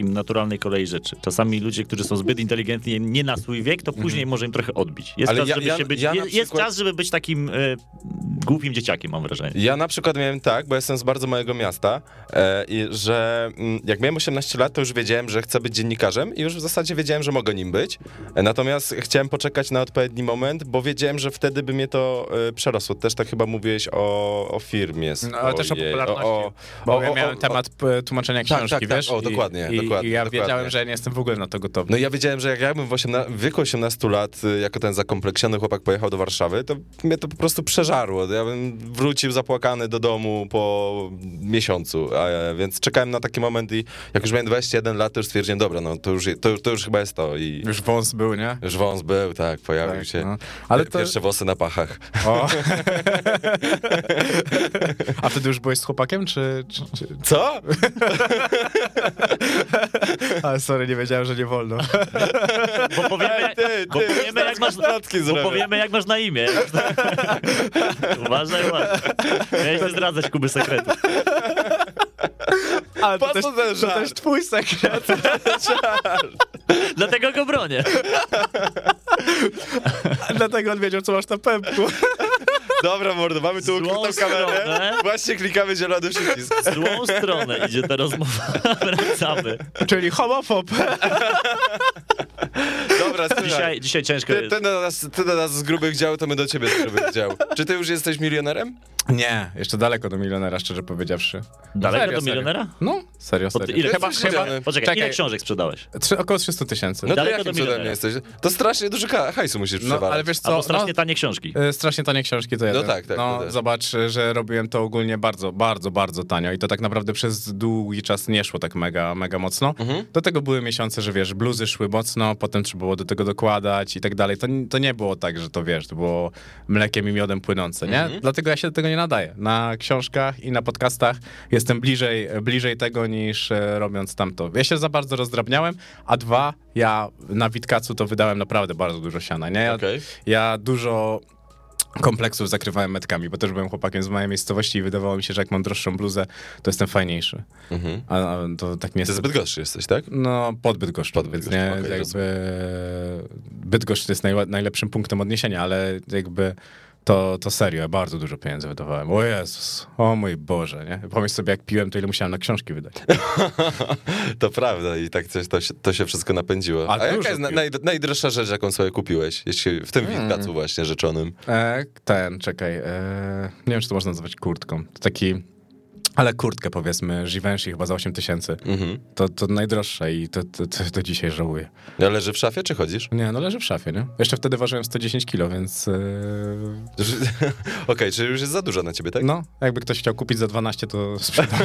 takim naturalnej kolei rzeczy. Czasami ludzie, którzy są zbyt inteligentni nie na swój wiek, to później może im trochę odbić. Jest czas, żeby być takim głupim dzieciakiem, mam wrażenie. Ja na przykład miałem tak, bo jestem z bardzo małego miasta, że jak miałem 18 lat, to już wiedziałem, że chcę być dziennikarzem i już w zasadzie wiedziałem, że mogę nim być. Natomiast chciałem poczekać na odpowiedni moment, bo wiedziałem, że wtedy by mnie to przerosło. Też tak chyba mówiłeś o firmie swojej. No, ale też o popularności. Bo ja miałem temat tłumaczenia książki, wiesz? Dokładnie. I ja wiedziałem, że nie jestem w ogóle na to gotowy. No ja wiedziałem, że jak ja bym w wieku 18 lat, jako ten zakompleksiony chłopak pojechał do Warszawy, to mnie to po prostu przeżarło. Ja bym wrócił zapłakany do domu po miesiącu, więc czekałem na taki moment i jak już miałem 21 lat, to już stwierdziłem, dobra, no to już chyba jest to. I już wąs był, nie? Już wąs był, tak, pojawił się. No. Ale pierwsze włosy na pachach. O. A wtedy już byłeś z chłopakiem, czy... Co? Ale sorry, nie wiedziałem, że nie wolno. Bo powiemy, jak masz na imię. Uważaj. Miałeś nie zdradzać Kuby sekretu. Ale to też twój sekret. Dlatego go bronię. Dlatego on wiedział, co masz na pępku. Dobra, mordo, mamy tu ukrytą kamerę. Właśnie klikamy zielony przycisk. W złą stronę idzie ta rozmowa. Wracamy. Czyli homofob. Dobra, słuchaj. Dzisiaj ciężko jest. Ty do nas z grubych dział, to my do ciebie z grubych dział. Czy ty już jesteś milionerem? Nie, jeszcze daleko do milionera, szczerze powiedziawszy. Daleko do milionera? No, serio. Ile? Poczekaj, ile książek sprzedałeś? Około 300 tysięcy. No to jakim cudem nie jesteś? To strasznie dużo hajsu musisz przewalać. No, ale wiesz co? Albo strasznie tanie książki. Strasznie tanie książki to jeden. No tak. Zobacz, że robiłem to ogólnie bardzo, bardzo, bardzo tanio i to tak naprawdę przez długi czas nie szło tak mega, mega mocno. Do tego były miesiące, że wiesz, bluzy szły mocno, potem trzeba było do tego dokładać i tak dalej. To nie było tak, że to wiesz, to było mlekiem i miodem płynące, nie? Dlatego ja się do tego nie nadaję. Na książkach i na podcastach jestem bliżej tego niż robiąc tamto. Ja się za bardzo rozdrabniałem, a dwa, ja na Witkacu to wydałem naprawdę bardzo dużo siana, nie? Ja dużo kompleksów zakrywałem metkami, bo też byłem chłopakiem z mojej miejscowości i wydawało mi się, że jak mam droższą bluzę, to jestem fajniejszy. A to tak nie jest. Ty z Bydgoszczy jesteś, tak? No, pod Bydgoszczą, więc nie, jakby Bydgoszcz jest najlepszym punktem odniesienia, ale jakby to serio, ja bardzo dużo pieniędzy wydawałem. O Jezus, o mój Boże, nie? Pomyśl sobie, jak piłem, to ile musiałem na książki wydać. To prawda i tak to się wszystko napędziło. A jaka jest najdroższa rzecz, jaką sobie kupiłeś? Jeśli w tym Witkacu właśnie rzeczonym. Czekaj, nie wiem, czy to można nazwać kurtką. To taki... Ale kurtkę, powiedzmy, Givenchy chyba za 8 000. To najdroższe i to dzisiaj żałuję. No, leży w szafie, czy chodzisz? Nie, no leży w szafie, nie? Jeszcze wtedy ważyłem 110 kilo, więc... Okej, czyli już jest za dużo na ciebie, tak? No, jakby ktoś chciał kupić za 12, to sprzedam.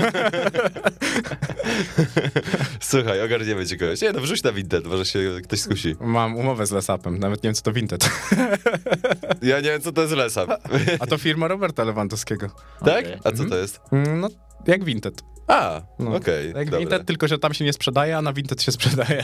Słuchaj, ogarniemy ci kogoś. Nie, no wrzuć na Vinted, może się ktoś skusi. Mam umowę z Lesapem, nawet nie wiem, co to Vinted. Ja nie wiem, co to jest Lesap. A to firma Roberta Lewandowskiego. Tak? A co to jest? No, jak Vinted. Okej. Jak Vinted, tylko że tam się nie sprzedaje, a na Vinted się sprzedaje.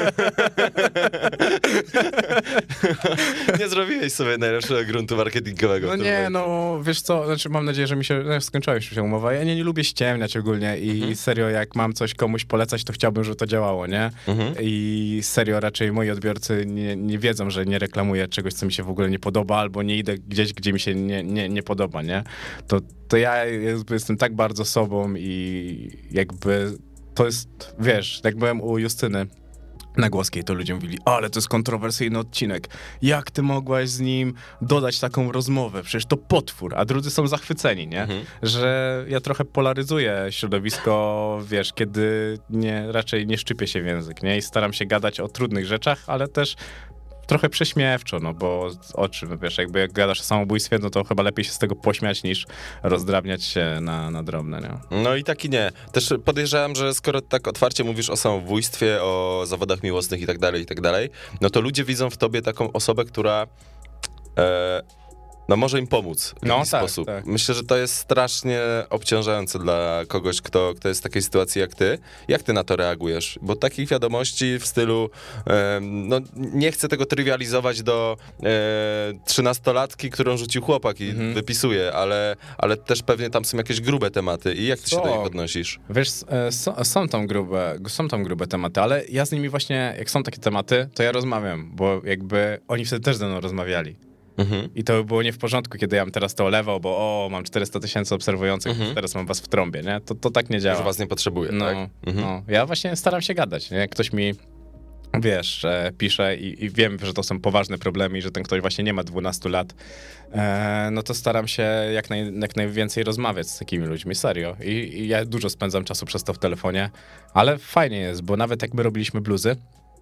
Nie zrobiłeś sobie najlepszego gruntu marketingowego. No nie, no wiesz co, znaczy mam nadzieję, że skończyła już się umowa. Ja nie lubię ściemniać ogólnie i serio, jak mam coś komuś polecać, to chciałbym, żeby to działało, nie? I serio, raczej moi odbiorcy nie wiedzą, że nie reklamuję czegoś, co mi się w ogóle nie podoba, albo nie idę gdzieś, gdzie mi się nie podoba, nie? To ja jestem tak bardzo sobą i jakby to jest, wiesz, jak byłem u Justyny Nagłoskiej, to ludzie mówili, ale to jest kontrowersyjny odcinek. Jak ty mogłaś z nim dodać taką rozmowę? Przecież to potwór, a drudzy są zachwyceni, nie? Że ja trochę polaryzuję środowisko, wiesz, kiedy raczej nie szczypię się w język, nie? I staram się gadać o trudnych rzeczach, ale też trochę prześmiewczo, no bo o czym, wiesz, jakby jak gadasz o samobójstwie, no to chyba lepiej się z tego pośmiać, niż rozdrabniać się na drobne, nie? No i tak i nie. Też podejrzewam, że skoro tak otwarcie mówisz o samobójstwie, o zawodach miłosnych i tak dalej, no to ludzie widzą w tobie taką osobę, która no może im pomóc w jakiś sposób. Tak. Myślę, że to jest strasznie obciążające dla kogoś, kto jest w takiej sytuacji jak ty. Jak ty na to reagujesz? Bo takich wiadomości w stylu, no nie chcę tego trywializować do 13-latki, którą rzucił chłopak i wypisuje, ale też pewnie tam są jakieś grube tematy. I jak ty się do nich odnosisz? Wiesz, są tam grube tematy, ale ja z nimi właśnie, jak są takie tematy, to ja rozmawiam, bo jakby oni wtedy też ze mną rozmawiali. I to było nie w porządku, kiedy ja bym teraz to olewał, bo mam 400 000 obserwujących, teraz mam was w trąbie, nie? To tak nie działa. Że was nie potrzebuje, tak? No. Ja właśnie staram się gadać, nie? Jak ktoś mi, wiesz, pisze i wiem, że to są poważne problemy i że ten ktoś właśnie nie ma 12 lat, no to staram się jak najwięcej rozmawiać z takimi ludźmi, serio. I ja dużo spędzam czasu przez to w telefonie, ale fajnie jest, bo nawet jak my robiliśmy bluzy,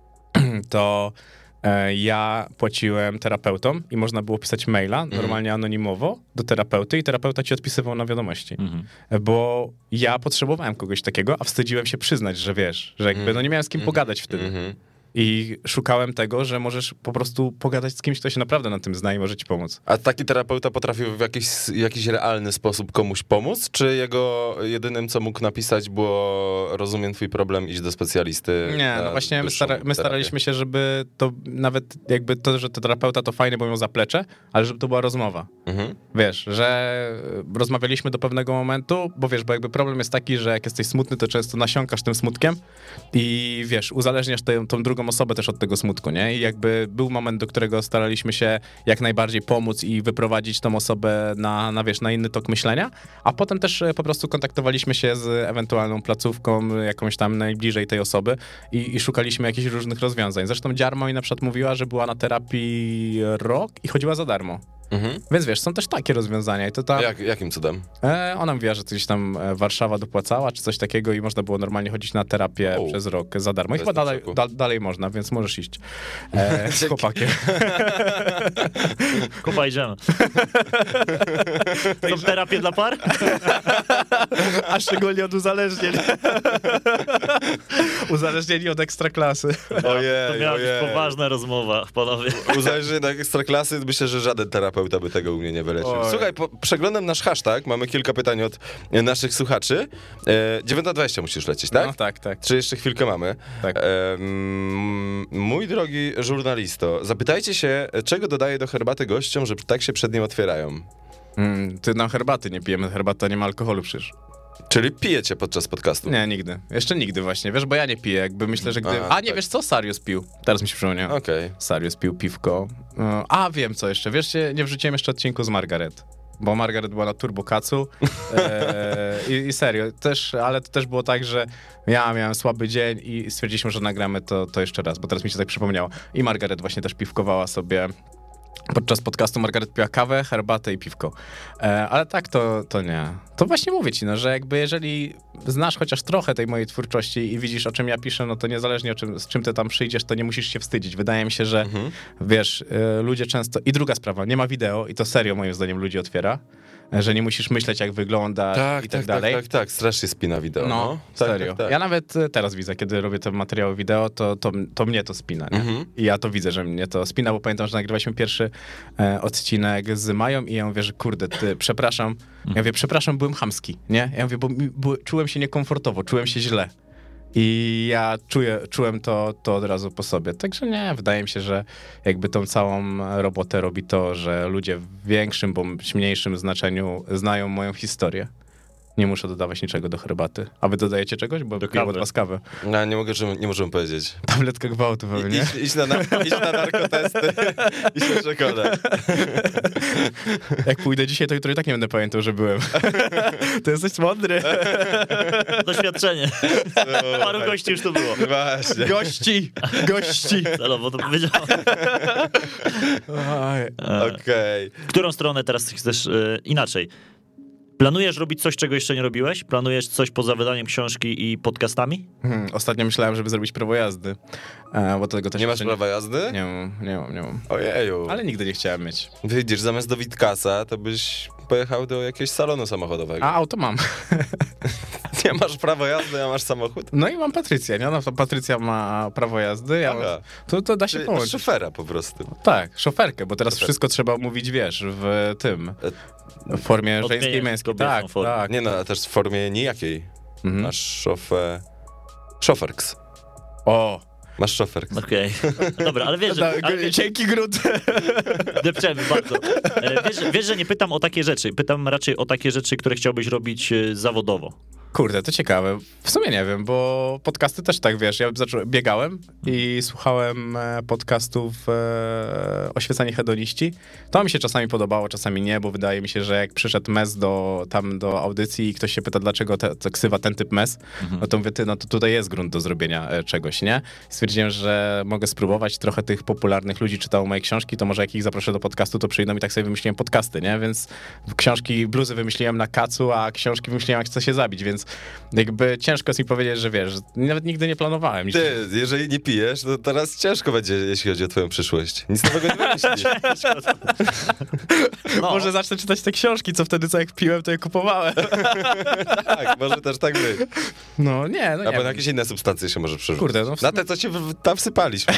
to ja płaciłem terapeutom i można było pisać maila normalnie anonimowo do terapeuty i terapeuta ci odpisywał na wiadomości. Bo ja potrzebowałem kogoś takiego, a wstydziłem się przyznać, że wiesz, że jakby no nie miałem z kim pogadać wtedy. I szukałem tego, że możesz po prostu pogadać z kimś, kto się naprawdę na tym zna i może ci pomóc. A taki terapeuta potrafił w jakiś realny sposób komuś pomóc? Czy jego jedynym, co mógł napisać, było rozumiem twój problem, idź do specjalisty? Nie, no właśnie my staraliśmy się, żeby to nawet jakby to, że to terapeuta to fajne, bo ją zaplecze, ale żeby to była rozmowa. Wiesz, że rozmawialiśmy do pewnego momentu, bo wiesz, bo jakby problem jest taki, że jak jesteś smutny, to często nasiąkasz tym smutkiem i wiesz, uzależniasz tą drugą osobę też od tego smutku, nie? I jakby był moment, do którego staraliśmy się jak najbardziej pomóc i wyprowadzić tą osobę na inny tok myślenia, a potem też po prostu kontaktowaliśmy się z ewentualną placówką, jakąś tam najbliżej tej osoby i szukaliśmy jakichś różnych rozwiązań. Zresztą Dziarmo mi na przykład mówiła, że była na terapii rok i chodziła za darmo. Więc wiesz, są też takie rozwiązania i to tam... Jakim cudem? Ona mówiła, że gdzieś tam Warszawa dopłacała, czy coś takiego i można było normalnie chodzić na terapię przez rok za darmo. I chyba dalej można, więc możesz iść z chłopakiem. Kupa, idziemy. Są terapie dla par? A szczególnie od uzależnień. Uzależnieni od ekstraklasy. To miała być poważna rozmowa, panowie. Uzależnieni od ekstraklasy, myślę, że żaden terapeuta by tego u mnie nie wyleczył. Słuchaj, przeglądam nasz hashtag, mamy kilka pytań od naszych słuchaczy. 9:20 musisz lecieć, tak? No tak. Czy jeszcze chwilkę mamy? Tak. Mój drogi żurnalisto, zapytajcie się, czego dodaje do herbaty gościom, że tak się przed nim otwierają? Ty nam herbaty nie pijemy, herbata nie ma alkoholu przecież. Czyli pijecie podczas podcastu? Nie, nigdy. Jeszcze nigdy właśnie, wiesz, bo ja nie piję, jakby myślę, że gdy... nie, wiesz co? Sarius pił. Teraz mi się przypomniał. Okej. Sarius pił piwko. Wiem co jeszcze. Wiesz, nie wrzuciłem jeszcze odcinku z Margaret. Bo Margaret była na Turbo Kacu i serio, ale to też było tak, że ja miałem słaby dzień i stwierdziliśmy, że nagramy to jeszcze raz, bo teraz mi się tak przypomniało. I Margaret właśnie też piwkowała sobie. Podczas podcastu Margaret piła kawę, herbatę i piwko. Ale tak to nie. To właśnie mówię ci, że jakby jeżeli znasz chociaż trochę tej mojej twórczości i widzisz, o czym ja piszę, no to niezależnie z czym ty tam przyjdziesz, to nie musisz się wstydzić. Wydaje mi się, że wiesz, ludzie często... I druga sprawa, nie ma wideo i to serio moim zdaniem ludzi otwiera, że nie musisz myśleć, jak wygląda i tak dalej. Tak, strasznie spina wideo. No, serio. Tak. Ja nawet teraz widzę, kiedy robię te materiały wideo, to mnie to spina, nie? I ja to widzę, że mnie to spina, bo pamiętam, że nagrywaliśmy pierwszy odcinek z Mają i ja mówię, że kurde, przepraszam. Ja mówię, przepraszam, byłem chamski, nie? Ja mówię, bo czułem się niekomfortowo, czułem się źle. I ja czułem to od razu po sobie. Także nie, wydaje mi się, że jakby tą całą robotę robi to, że ludzie w większym bądź mniejszym znaczeniu znają moją historię. Nie muszę dodawać niczego do herbaty. A wy dodajecie czegoś? Bo piję od was kawę. No, nie możemy powiedzieć. Tabletka gwałtu pewnie. Idź na narkotesty, idź na czekoladę. Jak pójdę dzisiaj, to jutro i tak nie będę pamiętał, że byłem. To jesteś mądry. Doświadczenie. Paru gości już tu było. Właśnie. Gości. Celowo to powiedziałem. Okej. W którą stronę teraz chcesz inaczej? Planujesz robić coś, czego jeszcze nie robiłeś? Planujesz coś poza wydaniem książki i podcastami? Ostatnio myślałem, żeby zrobić prawo jazdy. Bo tego też nie masz prawa jazdy? Nie mam. Ojeju. Ale nigdy nie chciałem mieć. Widzisz, zamiast do Witkasa, to byś pojechał do jakiegoś salonu samochodowego. A auto mam. Nie masz prawo jazdy, a masz samochód? No i mam Patrycję, nie? No to Patrycja ma prawo jazdy, to da się Masz połączyć. szofera po prostu. Tak, szoferkę, bo teraz wszystko trzeba mówić, wiesz, w tym, w formie żeńskiej, męskiej. Tak, formę. tak. Nie no, a też w formie nijakiej. Mhm. Masz szoferks. O, Masz szoferks. Okej. Dobra, ale wiesz, że... cienki grunt. Depczemy bardzo. Wiesz, że nie pytam o takie rzeczy. Pytam raczej o takie rzeczy, które chciałbyś robić zawodowo. Kurde, to ciekawe. W sumie nie wiem, bo podcasty też tak, wiesz, ja biegałem i słuchałem podcastów Oświecani hedoniści. To mi się czasami podobało, czasami nie, bo wydaje mi się, że jak przyszedł MES do audycji i ktoś się pyta, dlaczego ksywa ten typ MES, no to mówię, no to tutaj jest grunt do zrobienia czegoś, nie? I stwierdziłem, że mogę spróbować, trochę tych popularnych ludzi czytało moje książki, to może jak ich zaproszę do podcastu, to przyjdą i tak sobie wymyśliłem podcasty, nie? Więc książki, bluzy wymyśliłem na kacu, a książki wymyśliłem, jak chcę się zabić, więc jakby ciężko jest mi powiedzieć, że wiesz, nawet nigdy nie planowałem. Ty, jeżeli nie pijesz, to teraz ciężko będzie, jeśli chodzi o twoją przyszłość. Nic nowego nie wymyślisz. No. Może zacznę czytać te książki, co wtedy, co jak piłem, to je kupowałem. Tak, może też tak być. No nie, no nie. Albo na jakieś inne substancje się może przerzucić. Kurde, no w sumie... Na te, co cię tam wsypaliśmy.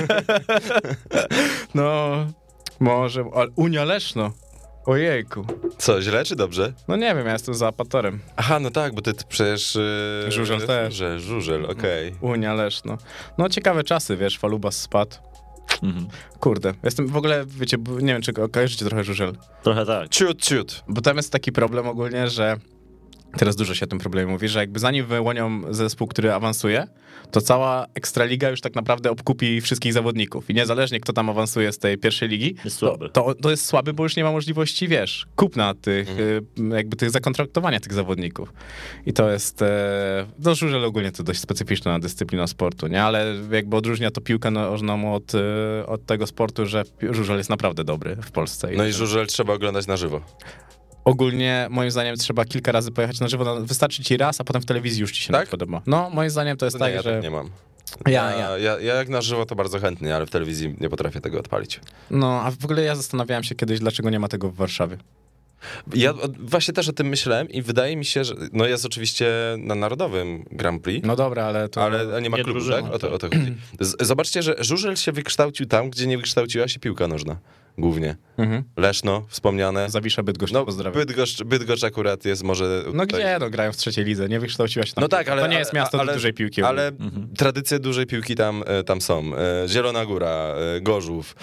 No, może, ale Unia Leszno. Ojejku. Co, źle czy dobrze? No nie wiem, ja jestem za apatorem. Aha, no tak, bo ty przecież... Żużel też. Żużel, okej. Unia Leszno. No ciekawe czasy, wiesz, Falubas spadł. Mhm. Kurde, jestem w ogóle, wiecie, nie wiem, czy kojarzycie trochę żużel. Trochę tak. Ciut. Bo tam jest taki problem ogólnie, że teraz dużo się o tym problemie mówi, że jakby zanim wyłonią zespół, który awansuje, to cała Ekstraliga już tak naprawdę obkupi wszystkich zawodników. I niezależnie kto tam awansuje z tej pierwszej ligi, Jest słaby. to jest słaby, bo już nie ma możliwości, wiesz, kupna tych, jakby tych zakontraktowania tych zawodników. I to jest, no żużel ogólnie to dość specyficzna dyscyplina sportu, nie? Ale jakby odróżnia to piłkę nożną od tego sportu, że żużel jest naprawdę dobry w Polsce. No i żużel trzeba oglądać na żywo. Ogólnie, moim zdaniem, trzeba kilka razy pojechać na żywo. Wystarczy ci raz, a potem w telewizji już ci się Tak? podoba. No, moim zdaniem to jest To nie, tak, ja że... tak nie mam. Ja. Ja jak na żywo to bardzo chętnie, ale w telewizji nie potrafię tego odpalić. No, a w ogóle ja zastanawiałem się kiedyś, dlaczego nie ma tego w Warszawie. Ja właśnie też o tym myślałem i wydaje mi się, że no jest oczywiście na Narodowym Grand Prix, No dobra, ale to... ale nie ma nie klubu, drużyna, tak? O to chodzi. Zobaczcie, że żużel się wykształcił tam, gdzie nie wykształciła się piłka nożna. Głównie. Mhm. Leszno, wspomniane. Zawisza Bydgoszcz, No, pozdrawiam. Bydgoszcz akurat jest może... No tutaj... gdzie? No grają w trzeciej lidze, nie wykształciła się tam. No tak, ale... To nie jest miasto do dużej piłki. Ale tradycje dużej piłki tam są. Zielona Góra, Gorzów,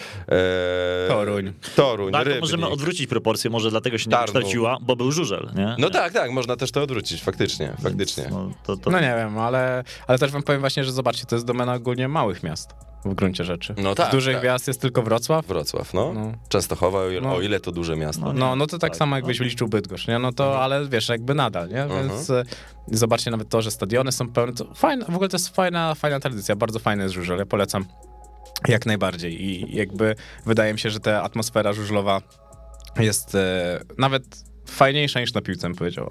Toruń, Tak, to Rybnik. możemy odwrócić proporcje, może dlatego się nie Tarnów. wykształciła, bo był żużel, nie? No tak, można też to odwrócić, faktycznie. No, to... No nie wiem, ale też wam powiem właśnie, że zobaczcie, to jest domena ogólnie małych miast w gruncie rzeczy. No tak, Z dużych tak. miast jest tylko Wrocław. Wrocław, no. No. Częstochowa, No. o ile to duże miasto. No to tak samo jakbyś liczył Bydgoszcz, nie? No to, ale wiesz, jakby nadal, nie? Więc zobaczcie nawet to, że stadiony są pełne, to fajne, w ogóle to jest fajna tradycja, bardzo fajny jest żużel, ja polecam jak najbardziej i jakby wydaje mi się, że ta atmosfera żużlowa jest nawet fajniejsza niż na piłce, bym powiedział.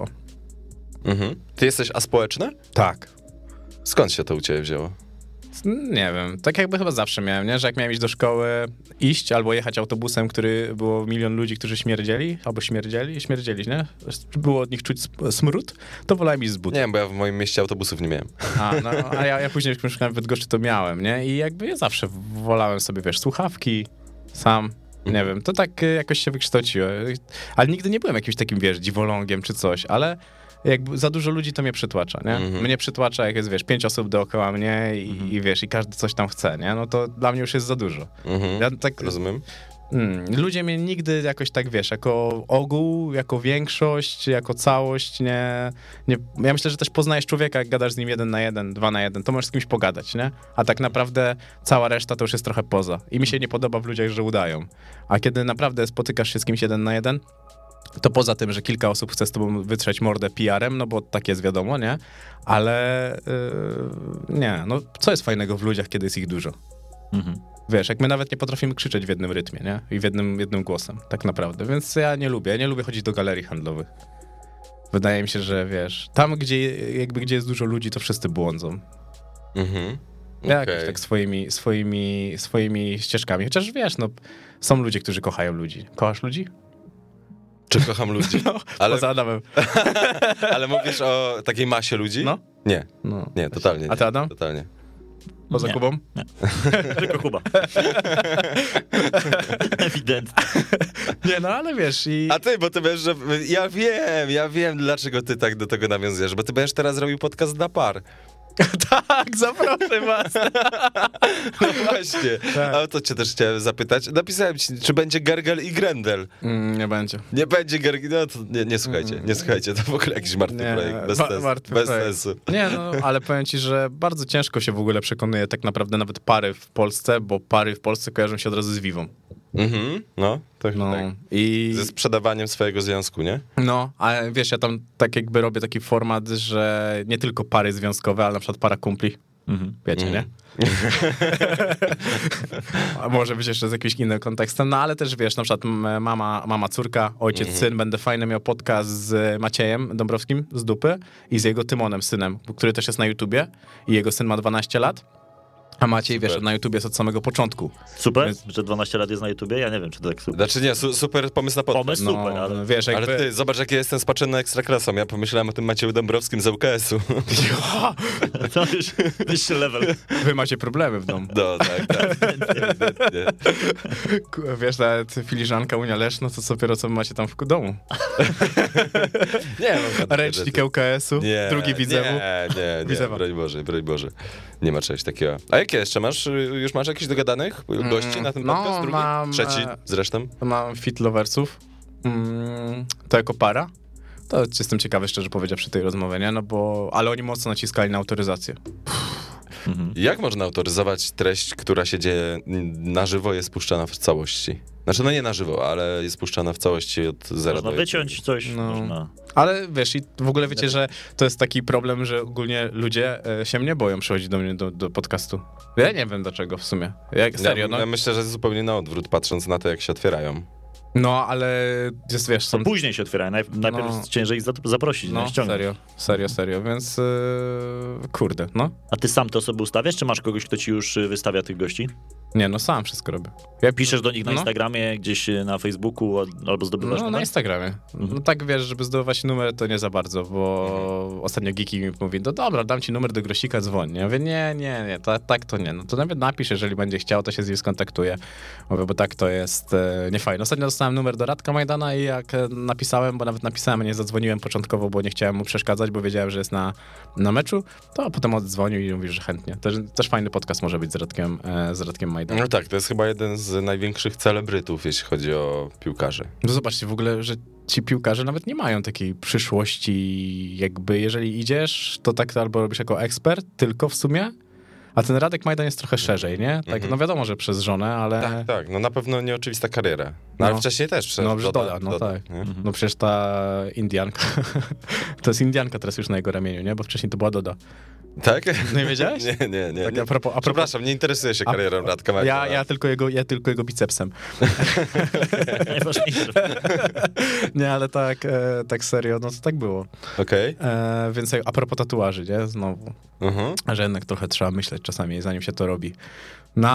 Ty jesteś aspołeczny? Tak. Skąd się to u ciebie wzięło? Nie wiem, tak jakby chyba zawsze miałem, nie? Że jak miałem iść do szkoły, iść albo jechać autobusem, który było milion ludzi, którzy śmierdzieli, nie? Było od nich czuć smród, to wolałem iść z butów. Nie wiem, bo ja w moim mieście autobusów nie miałem. A ja później, jak mieszkałem w Bydgoszczy, to miałem, nie? I jakby ja zawsze wolałem sobie, wiesz, słuchawki, sam, nie wiem, to tak jakoś się wykształciło. Ale nigdy nie byłem jakimś takim, wiesz, dziwolągiem czy coś, ale jakby za dużo ludzi to mnie przytłacza, nie? Mnie przytłacza, jak jest, wiesz, 5 osób dookoła mnie i wiesz, i każdy coś tam chce, nie? No to dla mnie już jest za dużo. Ja tak, Rozumiem. Ludzie mnie nigdy jakoś tak, wiesz, jako ogół, jako większość, jako całość, nie... Ja myślę, że też poznajesz człowieka, jak gadasz z nim 1 na 1, 2 na 1, to możesz z kimś pogadać, nie? A tak naprawdę cała reszta to już jest trochę poza. I mi się nie podoba w ludziach, że udają. A kiedy naprawdę spotykasz się z kimś 1 na 1, to poza tym, że kilka osób chce z tobą wytrzeć mordę PR-em, no bo tak jest, wiadomo, nie? Ale nie, no co jest fajnego w ludziach, kiedy jest ich dużo? Wiesz, jak my nawet nie potrafimy krzyczeć w jednym rytmie, nie? I w jednym głosem, tak naprawdę. Więc ja nie lubię chodzić do galerii handlowych. Wydaje mi się, że wiesz, tam gdzie jest dużo ludzi, to wszyscy błądzą. Ja jakoś tak swoimi ścieżkami. Chociaż wiesz, no są ludzie, którzy kochają ludzi. Kochasz ludzi? Czy kocham ludzi? No, ale, poza Adamem. ale mówisz o takiej masie ludzi? No. Nie, No. nie, totalnie nie. A ty, Adam? Totalnie. Poza Nie. Kubą? Tylko Kuba. Ewidentnie. Nie, no ale wiesz i... A ty, bo ty będziesz, że... Ja wiem, dlaczego ty tak do tego nawiązujesz, bo ty będziesz teraz robił podcast dla par. Tak, zaproszę was. No właśnie. Tak. A o to cię też chciałem zapytać. Napisałem ci, czy będzie Gergel i Grendel. Nie będzie. Nie będzie Gergel, no to nie słuchajcie, to w ogóle jakiś martwy Nie, projekt, martwy bez projekt. sensu. Nie, no, ale powiem ci, że bardzo ciężko się w ogóle przekonuje tak naprawdę nawet pary w Polsce, bo pary w Polsce kojarzą się od razu z Vivą. No, to No tak. i... Ze sprzedawaniem swojego związku, nie? No, a wiesz, ja tam tak jakby robię taki format, że nie tylko pary związkowe, ale na przykład para kumpli. Wiecie, nie? A może być jeszcze z jakimś innym kontekstem, no ale też wiesz, na przykład mama, córka, ojciec, syn, będę fajny miał podcast z Maciejem Dąbrowskim z Dupy i z jego Tymonem, synem, który też jest na YouTubie i jego syn ma 12 lat. A Maciej, wiesz, na YouTubie jest od samego początku. Super, Więc- że 12 lat jest na YouTubie? Ja nie wiem, czy to tak super. Znaczy nie, super pomysł na podcast. Pomysł super, ale... wiesz, jakby... Ale ty, zobacz, jak ja jestem spaczony ekstraklasą. Ja pomyślałem o tym Macieju Dąbrowskim z UKS-u. To już wyższy level. Wy macie problemy w domu. No, tak. Ewidentnie. Wiesz, nawet filiżanka Unia Leszno, to dopiero co macie tam w domu. Nie, no, Ręcznik ŁKS-u, drugi widzewu. Nie, Widzewa. broń Boże. Nie ma czegoś takiego. A jakie jeszcze masz? Już masz jakichś dogadanych gości na ten no, podcast? Drugi? mam, Trzeci zresztą? Mam Fit Loversów. To jako para. To jestem ciekawy, szczerze powiedziawszy, tej rozmowy, nie? No bo... Ale oni mocno naciskali na autoryzację. Jak można autoryzować treść, która się dzieje na żywo, jest puszczana w całości? Znaczy, no nie na żywo, ale jest puszczana w całości od zera Można do wyciąć coś, No. można... Ale wiesz, i w ogóle wiecie, że to jest taki problem, że ogólnie ludzie się mnie boją przychodzić do mnie do podcastu. Ja nie wiem dlaczego w sumie. Serio, no. Ja myślę, że zupełnie na odwrót, patrząc na to, jak się otwierają. No, ale jest, wiesz, są... Później się otwierają, najpierw No. jest ciężej ich zaprosić, No, ściągnąć. serio, więc kurde, no. A ty sam te osoby ustawiasz, czy masz kogoś, kto ci już wystawia tych gości? Nie, no sam wszystko robię. Ja Piszesz do nich na No. Instagramie, gdzieś na Facebooku, albo zdobywasz No, na numer? Instagramie. No tak, wiesz, żeby zdobywać numer, to nie za bardzo, bo ostatnio Geeki mi mówi, no dobra, dam ci numer do Grosika, dzwoń. Ja mówię, nie, tak to nie. No to nawet napisz, jeżeli będzie chciał, to się z nim skontaktuje. Mówię, bo tak to jest niefajne. Ostatnio dostałem numer do Radka Majdana i jak napisałem, bo nawet napisałem, a nie zadzwoniłem początkowo, bo nie chciałem mu przeszkadzać, bo wiedziałem, że jest na meczu, to potem oddzwonił i mówi, że chętnie. Też fajny podcast może być z Radkiem Majdanem. No tak, to jest chyba jeden z największych celebrytów, jeśli chodzi o piłkarzy. No zobaczcie w ogóle, że ci piłkarze nawet nie mają takiej przyszłości, jakby jeżeli idziesz, to tak albo robisz jako ekspert, tylko w sumie, a ten Radek Majdan jest trochę szerzej, nie? Tak, no wiadomo, że przez żonę, ale... Tak, no na pewno nieoczywista kariera. No, ale No. wcześniej też przez No, przecież Doda, no tak. nie? No przecież ta Indianka, to jest Indianka teraz już na jego ramieniu, nie? Bo wcześniej to była Doda. Tak? Nie wiedziałeś? Nie. Tak, a propos- Przepraszam, nie interesuję się karierą Radka Majdana. Ja tylko jego bicepsem. Najważniejsze. Nie, ale tak serio, no to tak było. Okej. Więc a propos tatuaży, nie? Znowu. Mhm. Że jednak trochę trzeba myśleć czasami, zanim się to robi. No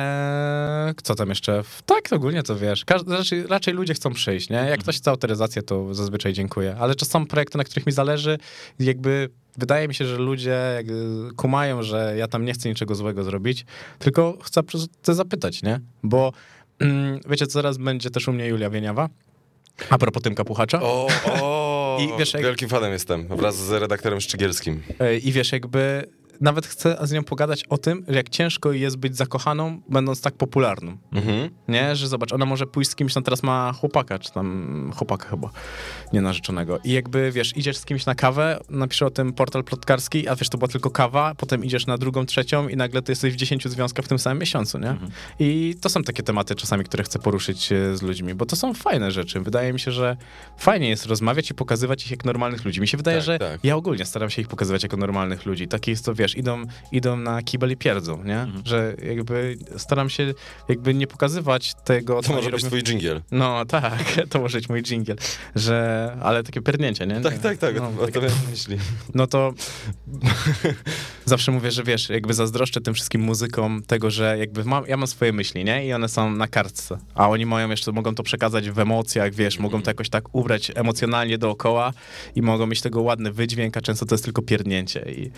ale co tam jeszcze? Tak, ogólnie to wiesz. Raczej ludzie chcą przyjść, nie? Jak ktoś chce autoryzację, to zazwyczaj dziękuję. Ale czy są projekty, na których mi zależy? Jakby wydaje mi się, że ludzie kumają, że ja tam nie chcę niczego złego zrobić, tylko chcę zapytać, nie? Bo wiecie, co zaraz będzie też u mnie Julia Wieniawa? A propos Tymka Puchacza. I wiesz, wielkim fanem jestem, wraz z redaktorem Szczygielskim. I wiesz, jakby nawet chcę z nią pogadać o tym, że jak ciężko jest być zakochaną, będąc tak popularną. Mhm. Nie, że zobacz, ona może pójść z kimś, no teraz ma chłopaka, czy tam chłopaka chyba, nienarzeczonego. I jakby, wiesz, idziesz z kimś na kawę, napisze o tym portal plotkarski, a wiesz, to była tylko kawa, potem idziesz na drugą, trzecią i nagle ty jesteś w 10 związkach w tym samym miesiącu, nie? I to są takie tematy czasami, które chcę poruszyć z ludźmi, bo to są fajne rzeczy. Wydaje mi się, że fajnie jest rozmawiać i pokazywać ich jak normalnych ludzi. Mi się wydaje, Tak, że tak. ja ogólnie staram się ich pokazywać jako normalnych ludzi. Taki jest to, wiesz, wiesz, idą na kibel i pierdzą, nie? Że jakby staram się jakby nie pokazywać tego, co To może być twój dżingiel. No tak, to może być mój dżingiel, ale takie pierdnięcie, nie? Tak, no, o to miałem na myśli. No to zawsze mówię, że wiesz, jakby zazdroszczę tym wszystkim muzykom tego, że jakby ja mam swoje myśli, nie? I one są na kartce, a oni mogą to przekazać w emocjach, wiesz, mogą to jakoś tak ubrać emocjonalnie dookoła i mogą mieć tego ładny wydźwięk, a często to jest tylko pierdnięcie i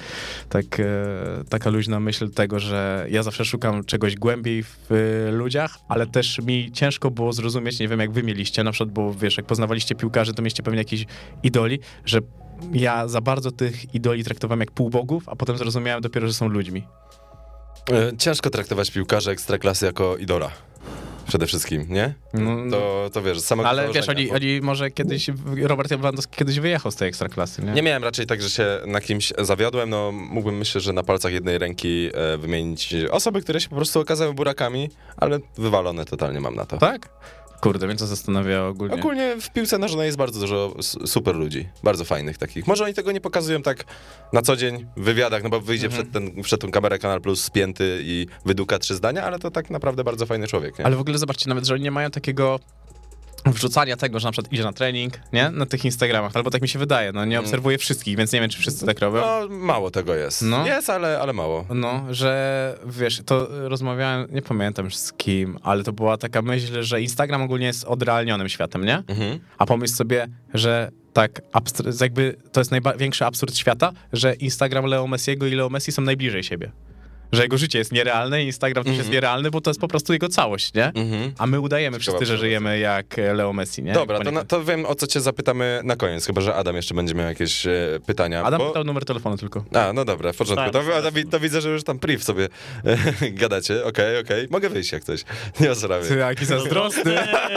taka luźna myśl tego, że ja zawsze szukam czegoś głębiej w ludziach, ale też mi ciężko było zrozumieć, nie wiem jak wy mieliście, na przykład, bo wiesz, jak poznawaliście piłkarzy, to mieliście pewnie jakichś idoli, że ja za bardzo tych idoli traktowałem jak półbogów, a potem zrozumiałem dopiero, że są ludźmi. Ciężko traktować piłkarza ekstraklasy jako idola. Przede wszystkim, nie? To wiesz, samego ale wiesz, oni może kiedyś, Robert Lewandowski kiedyś wyjechał z tej ekstraklasy, nie? Nie miałem raczej tak, że się na kimś zawiodłem, no mógłbym, myślę, że na palcach jednej ręki wymienić osoby, które się po prostu okazały burakami, ale wywalone totalnie mam na to. Tak? Kurde, mnie to zastanawia ogólnie. Ogólnie w piłce nożnej jest bardzo dużo super ludzi, bardzo fajnych takich. Może oni tego nie pokazują tak na co dzień w wywiadach, no bo wyjdzie przed tą kamerę Kanal Plus spięty i wyduka 3 zdania, ale to tak naprawdę bardzo fajny człowiek, nie? Ale w ogóle zobaczcie, nawet że oni nie mają takiego wrzucania tego, że na przykład idzie na trening, nie? Na tych Instagramach, albo tak mi się wydaje, no nie obserwuję wszystkich, więc nie wiem, czy wszyscy tak robią. No, mało tego jest. No. Jest, ale mało. No, że wiesz, to rozmawiałem, nie pamiętam już z kim, ale to była taka myśl, że Instagram ogólnie jest odrealnionym światem, nie? A pomyśl sobie, że tak, jakby to jest największy absurd świata, że Instagram Leo Messiego i Leo Messi są najbliżej siebie. Że jego życie jest nierealne i Instagram też jest nierealny, bo to jest po prostu jego całość, nie? A my udajemy wszyscy, że żyjemy jak Leo Messi, nie? Dobra, to wiem, o co cię zapytamy na koniec, chyba że Adam jeszcze będzie miał jakieś pytania. Adam pytał numer telefonu tylko. No dobra, w porządku. To widzę, że już tam priv sobie gadacie. Okej. Mogę wyjść jak coś. Nie ma sprawy. Ty jaki zazdrosny.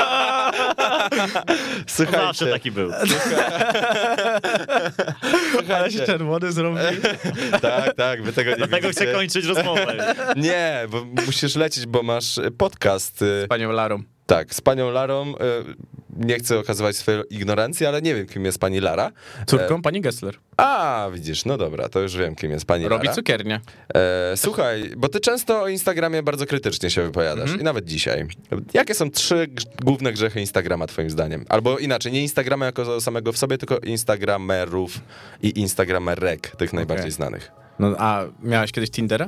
Słuchajcie. Zawsze taki był. Ale się czerwony zrobił. Tak, wy tego nie Dlatego widzicie. chcę kończyć rozmowę. Nie, bo musisz lecieć, bo masz podcast. Z panią Larą. Tak, z panią Larą. Nie chcę okazywać swojej ignorancji, ale nie wiem, kim jest pani Lara. Córką pani Gessler. A, widzisz, no dobra, to już wiem, kim jest pani Lara. Robi cukiernię. Słuchaj, bo ty często o Instagramie bardzo krytycznie się wypowiadasz i nawet dzisiaj. Jakie są 3 główne grzechy Instagrama twoim zdaniem? Albo inaczej, nie Instagrama jako samego w sobie, tylko Instagramerów i Instagramerek, tych najbardziej znanych. No, a miałeś kiedyś Tindera?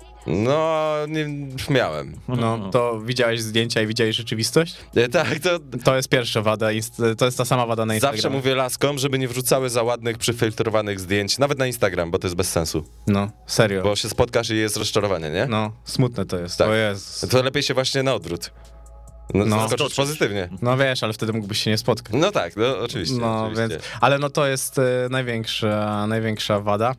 No, nie miałem. No, to widziałeś zdjęcia i widziałeś rzeczywistość? Tak, To jest pierwsza wada, to jest ta sama wada na Instagramie. zawsze mówię laskom, żeby nie wrzucały za ładnych, przyfiltrowanych zdjęć, nawet na Instagram, bo to jest bez sensu. No, serio. Bo się spotkasz i jest rozczarowanie, nie? No, smutne to jest. Tak. O Jezus. To lepiej się właśnie na odwrót. Zaskoczyć pozytywnie. No wiesz, ale wtedy mógłbyś się nie spotkać. No tak, oczywiście. No, oczywiście. więc, ale no to jest największa wada.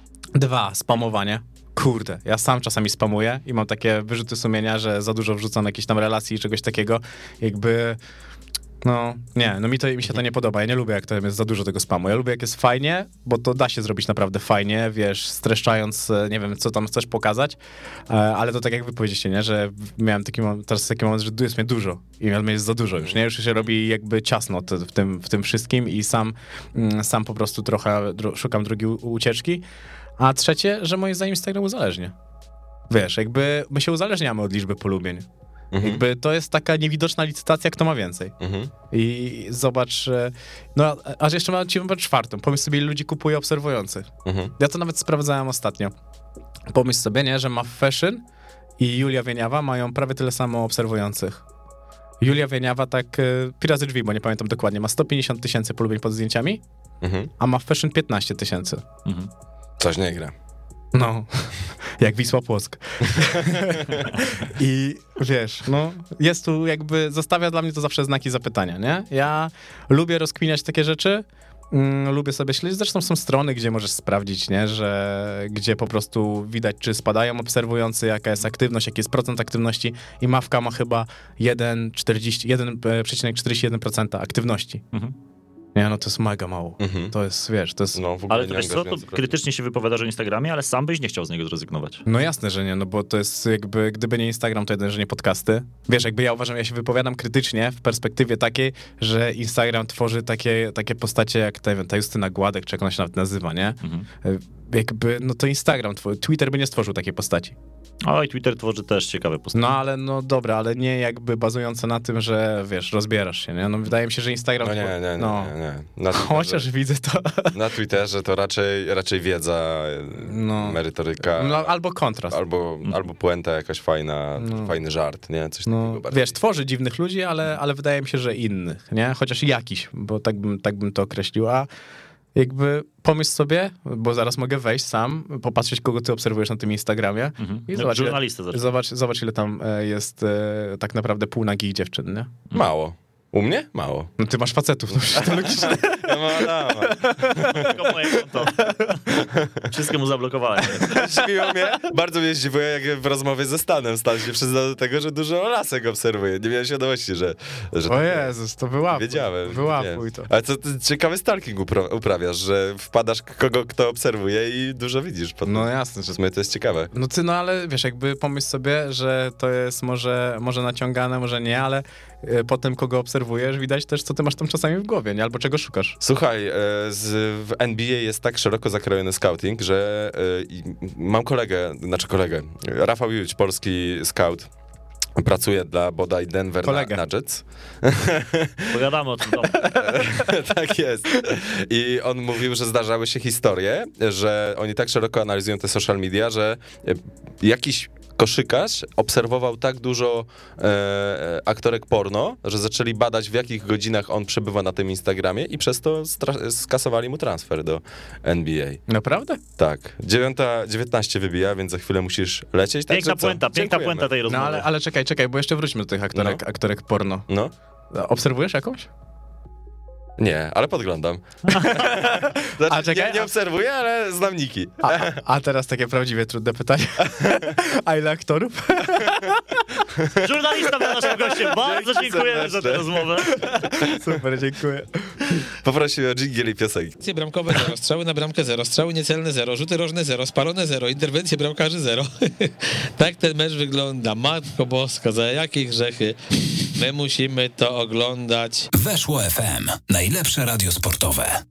2, spamowanie. Kurde, ja sam czasami spamuję i mam takie wyrzuty sumienia, że za dużo wrzucam jakichś tam relacji i czegoś takiego, jakby... No, nie, mi się to nie podoba. Ja nie lubię, jak to jest za dużo tego spamu. Ja lubię, jak jest fajnie, bo to da się zrobić naprawdę fajnie, wiesz, streszczając, nie wiem, co tam chcesz pokazać, ale to tak jak wy powiedzieliście, nie, że miałem teraz taki moment, że jest mnie dużo i mnie jest za dużo już, nie? Już się robi jakby ciasno w tym wszystkim i sam po prostu trochę szukam drugiej ucieczki. A trzecie, że moim zdaniem Instagram uzależnia. Wiesz, jakby my się uzależniamy od liczby polubień. Jakby to jest taka niewidoczna licytacja, kto ma więcej. I zobacz, no aż jeszcze mam ci numer 4. Pomyśl sobie, ile ludzi kupuje obserwujących. Ja to nawet sprawdzałem ostatnio. Pomyśl sobie, nie, że Mav Fashion i Julia Wieniawa mają prawie tyle samo obserwujących. Julia Wieniawa tak, Pirazy Drzwi, bo nie pamiętam dokładnie, ma 150 000 polubień pod zdjęciami, a Mav Fashion 15 000. Coś nie gra. No, jak Wisła Płock. I wiesz, no, jest tu jakby, zostawia dla mnie to zawsze znaki zapytania, nie? Ja lubię rozkminiać takie rzeczy, lubię sobie śledzić, zresztą są strony, gdzie możesz sprawdzić, nie? Że gdzie po prostu widać, czy spadają obserwujący, jaka jest aktywność, jaki jest procent aktywności i Mawka ma chyba 1,41% aktywności. Nie, no to jest mega mało. To jest, wiesz, to jest... No, w ogóle ale to wiesz co, to krytycznie się wypowiadasz o Instagramie, ale sam byś nie chciał z niego zrezygnować. No jasne, że nie, no bo to jest jakby, gdyby nie Instagram, to że nie podcasty. Wiesz, jakby ja uważam, ja się wypowiadam krytycznie w perspektywie takiej, że Instagram tworzy takie postacie jak ta Justyna Gładek, czy jak ona się nawet nazywa, nie? jakby, no to Instagram, Twitter by nie stworzył takiej postaci. Oj, Twitter tworzy też ciekawe postacie. No ale no dobra, ale nie jakby bazujące na tym, że wiesz, rozbierasz się, nie? No wydaje mi się, że Instagram... No nie. Na Twitterze, Chociaż widzę to... na Twitterze to raczej wiedza, merytoryka. No, albo kontrast. Albo puenta jakaś fajny żart, nie? Coś takiego bardziej. Wiesz, tworzy dziwnych ludzi, ale wydaje mi się, że innych, nie? Chociaż jakiś, bo tak bym to określił, a jakby pomyśl sobie, bo zaraz mogę wejść sam, popatrzeć, kogo ty obserwujesz na tym Instagramie i zobacz, ile tam jest tak naprawdę półnagich dziewczyn, nie? Mało. U mnie? Mało. No ty masz facetów, no przecież to logiczne. Ja mam Adama. Tylko moje konto. Wszystkie mu zablokowałem. Bardzo mnie zdziwiło, jak w rozmowie ze Stanem Stan się przyznał do tego, że dużo lasek obserwuje. Nie miałem świadomości, że o Jezus, to wyłapuj. Wiedziałem. Wyłapuj to. Ale to ciekawy stalking uprawiasz, że wpadasz kogo kto obserwuje i dużo widzisz. No jasne, że w sumie to jest ciekawe. No ale wiesz, jakby pomyśl sobie, że to jest może naciągane, może nie, ale po tym, kogo obserwujesz, widać też, co ty masz tam czasami w głowie, nie? Albo czego szukasz. Słuchaj, w NBA jest tak szeroko zakrojony scouting, że mam kolegę, Rafał Juć, polski scout, pracuje dla bodaj Denver Nuggets. Pogadamy o tym. Tak jest. I on mówił, że zdarzały się historie, że oni tak szeroko analizują te social media, że jakiś koszykarz obserwował tak dużo aktorek porno, że zaczęli badać, w jakich godzinach on przebywa na tym Instagramie i przez to skasowali mu transfer do NBA. Naprawdę? Tak. 9:19 wybija, więc za chwilę musisz lecieć. Piękna puenta tej rozmowy. No ale czekaj, bo jeszcze wróćmy do tych aktorek porno. No. Obserwujesz jakąś? Nie, ale podglądam. Nie obserwuję, ale znam niki. A teraz takie prawdziwie trudne pytanie. A ile aktorów? Żurnalista był naszym gościem. Bardzo dziękujemy za tę rozmowę. Super, dziękuję. Poprosiłem o dżingiel i piosenki. Bramkowe 0, strzały na bramkę 0, strzały niecelne 0, rzuty rożne 0, spalone 0, interwencje bramkarzy 0. Tak ten mecz wygląda. Matko Boska, za jakie grzechy my musimy to oglądać. Weszło FM. Najlepsze radio sportowe.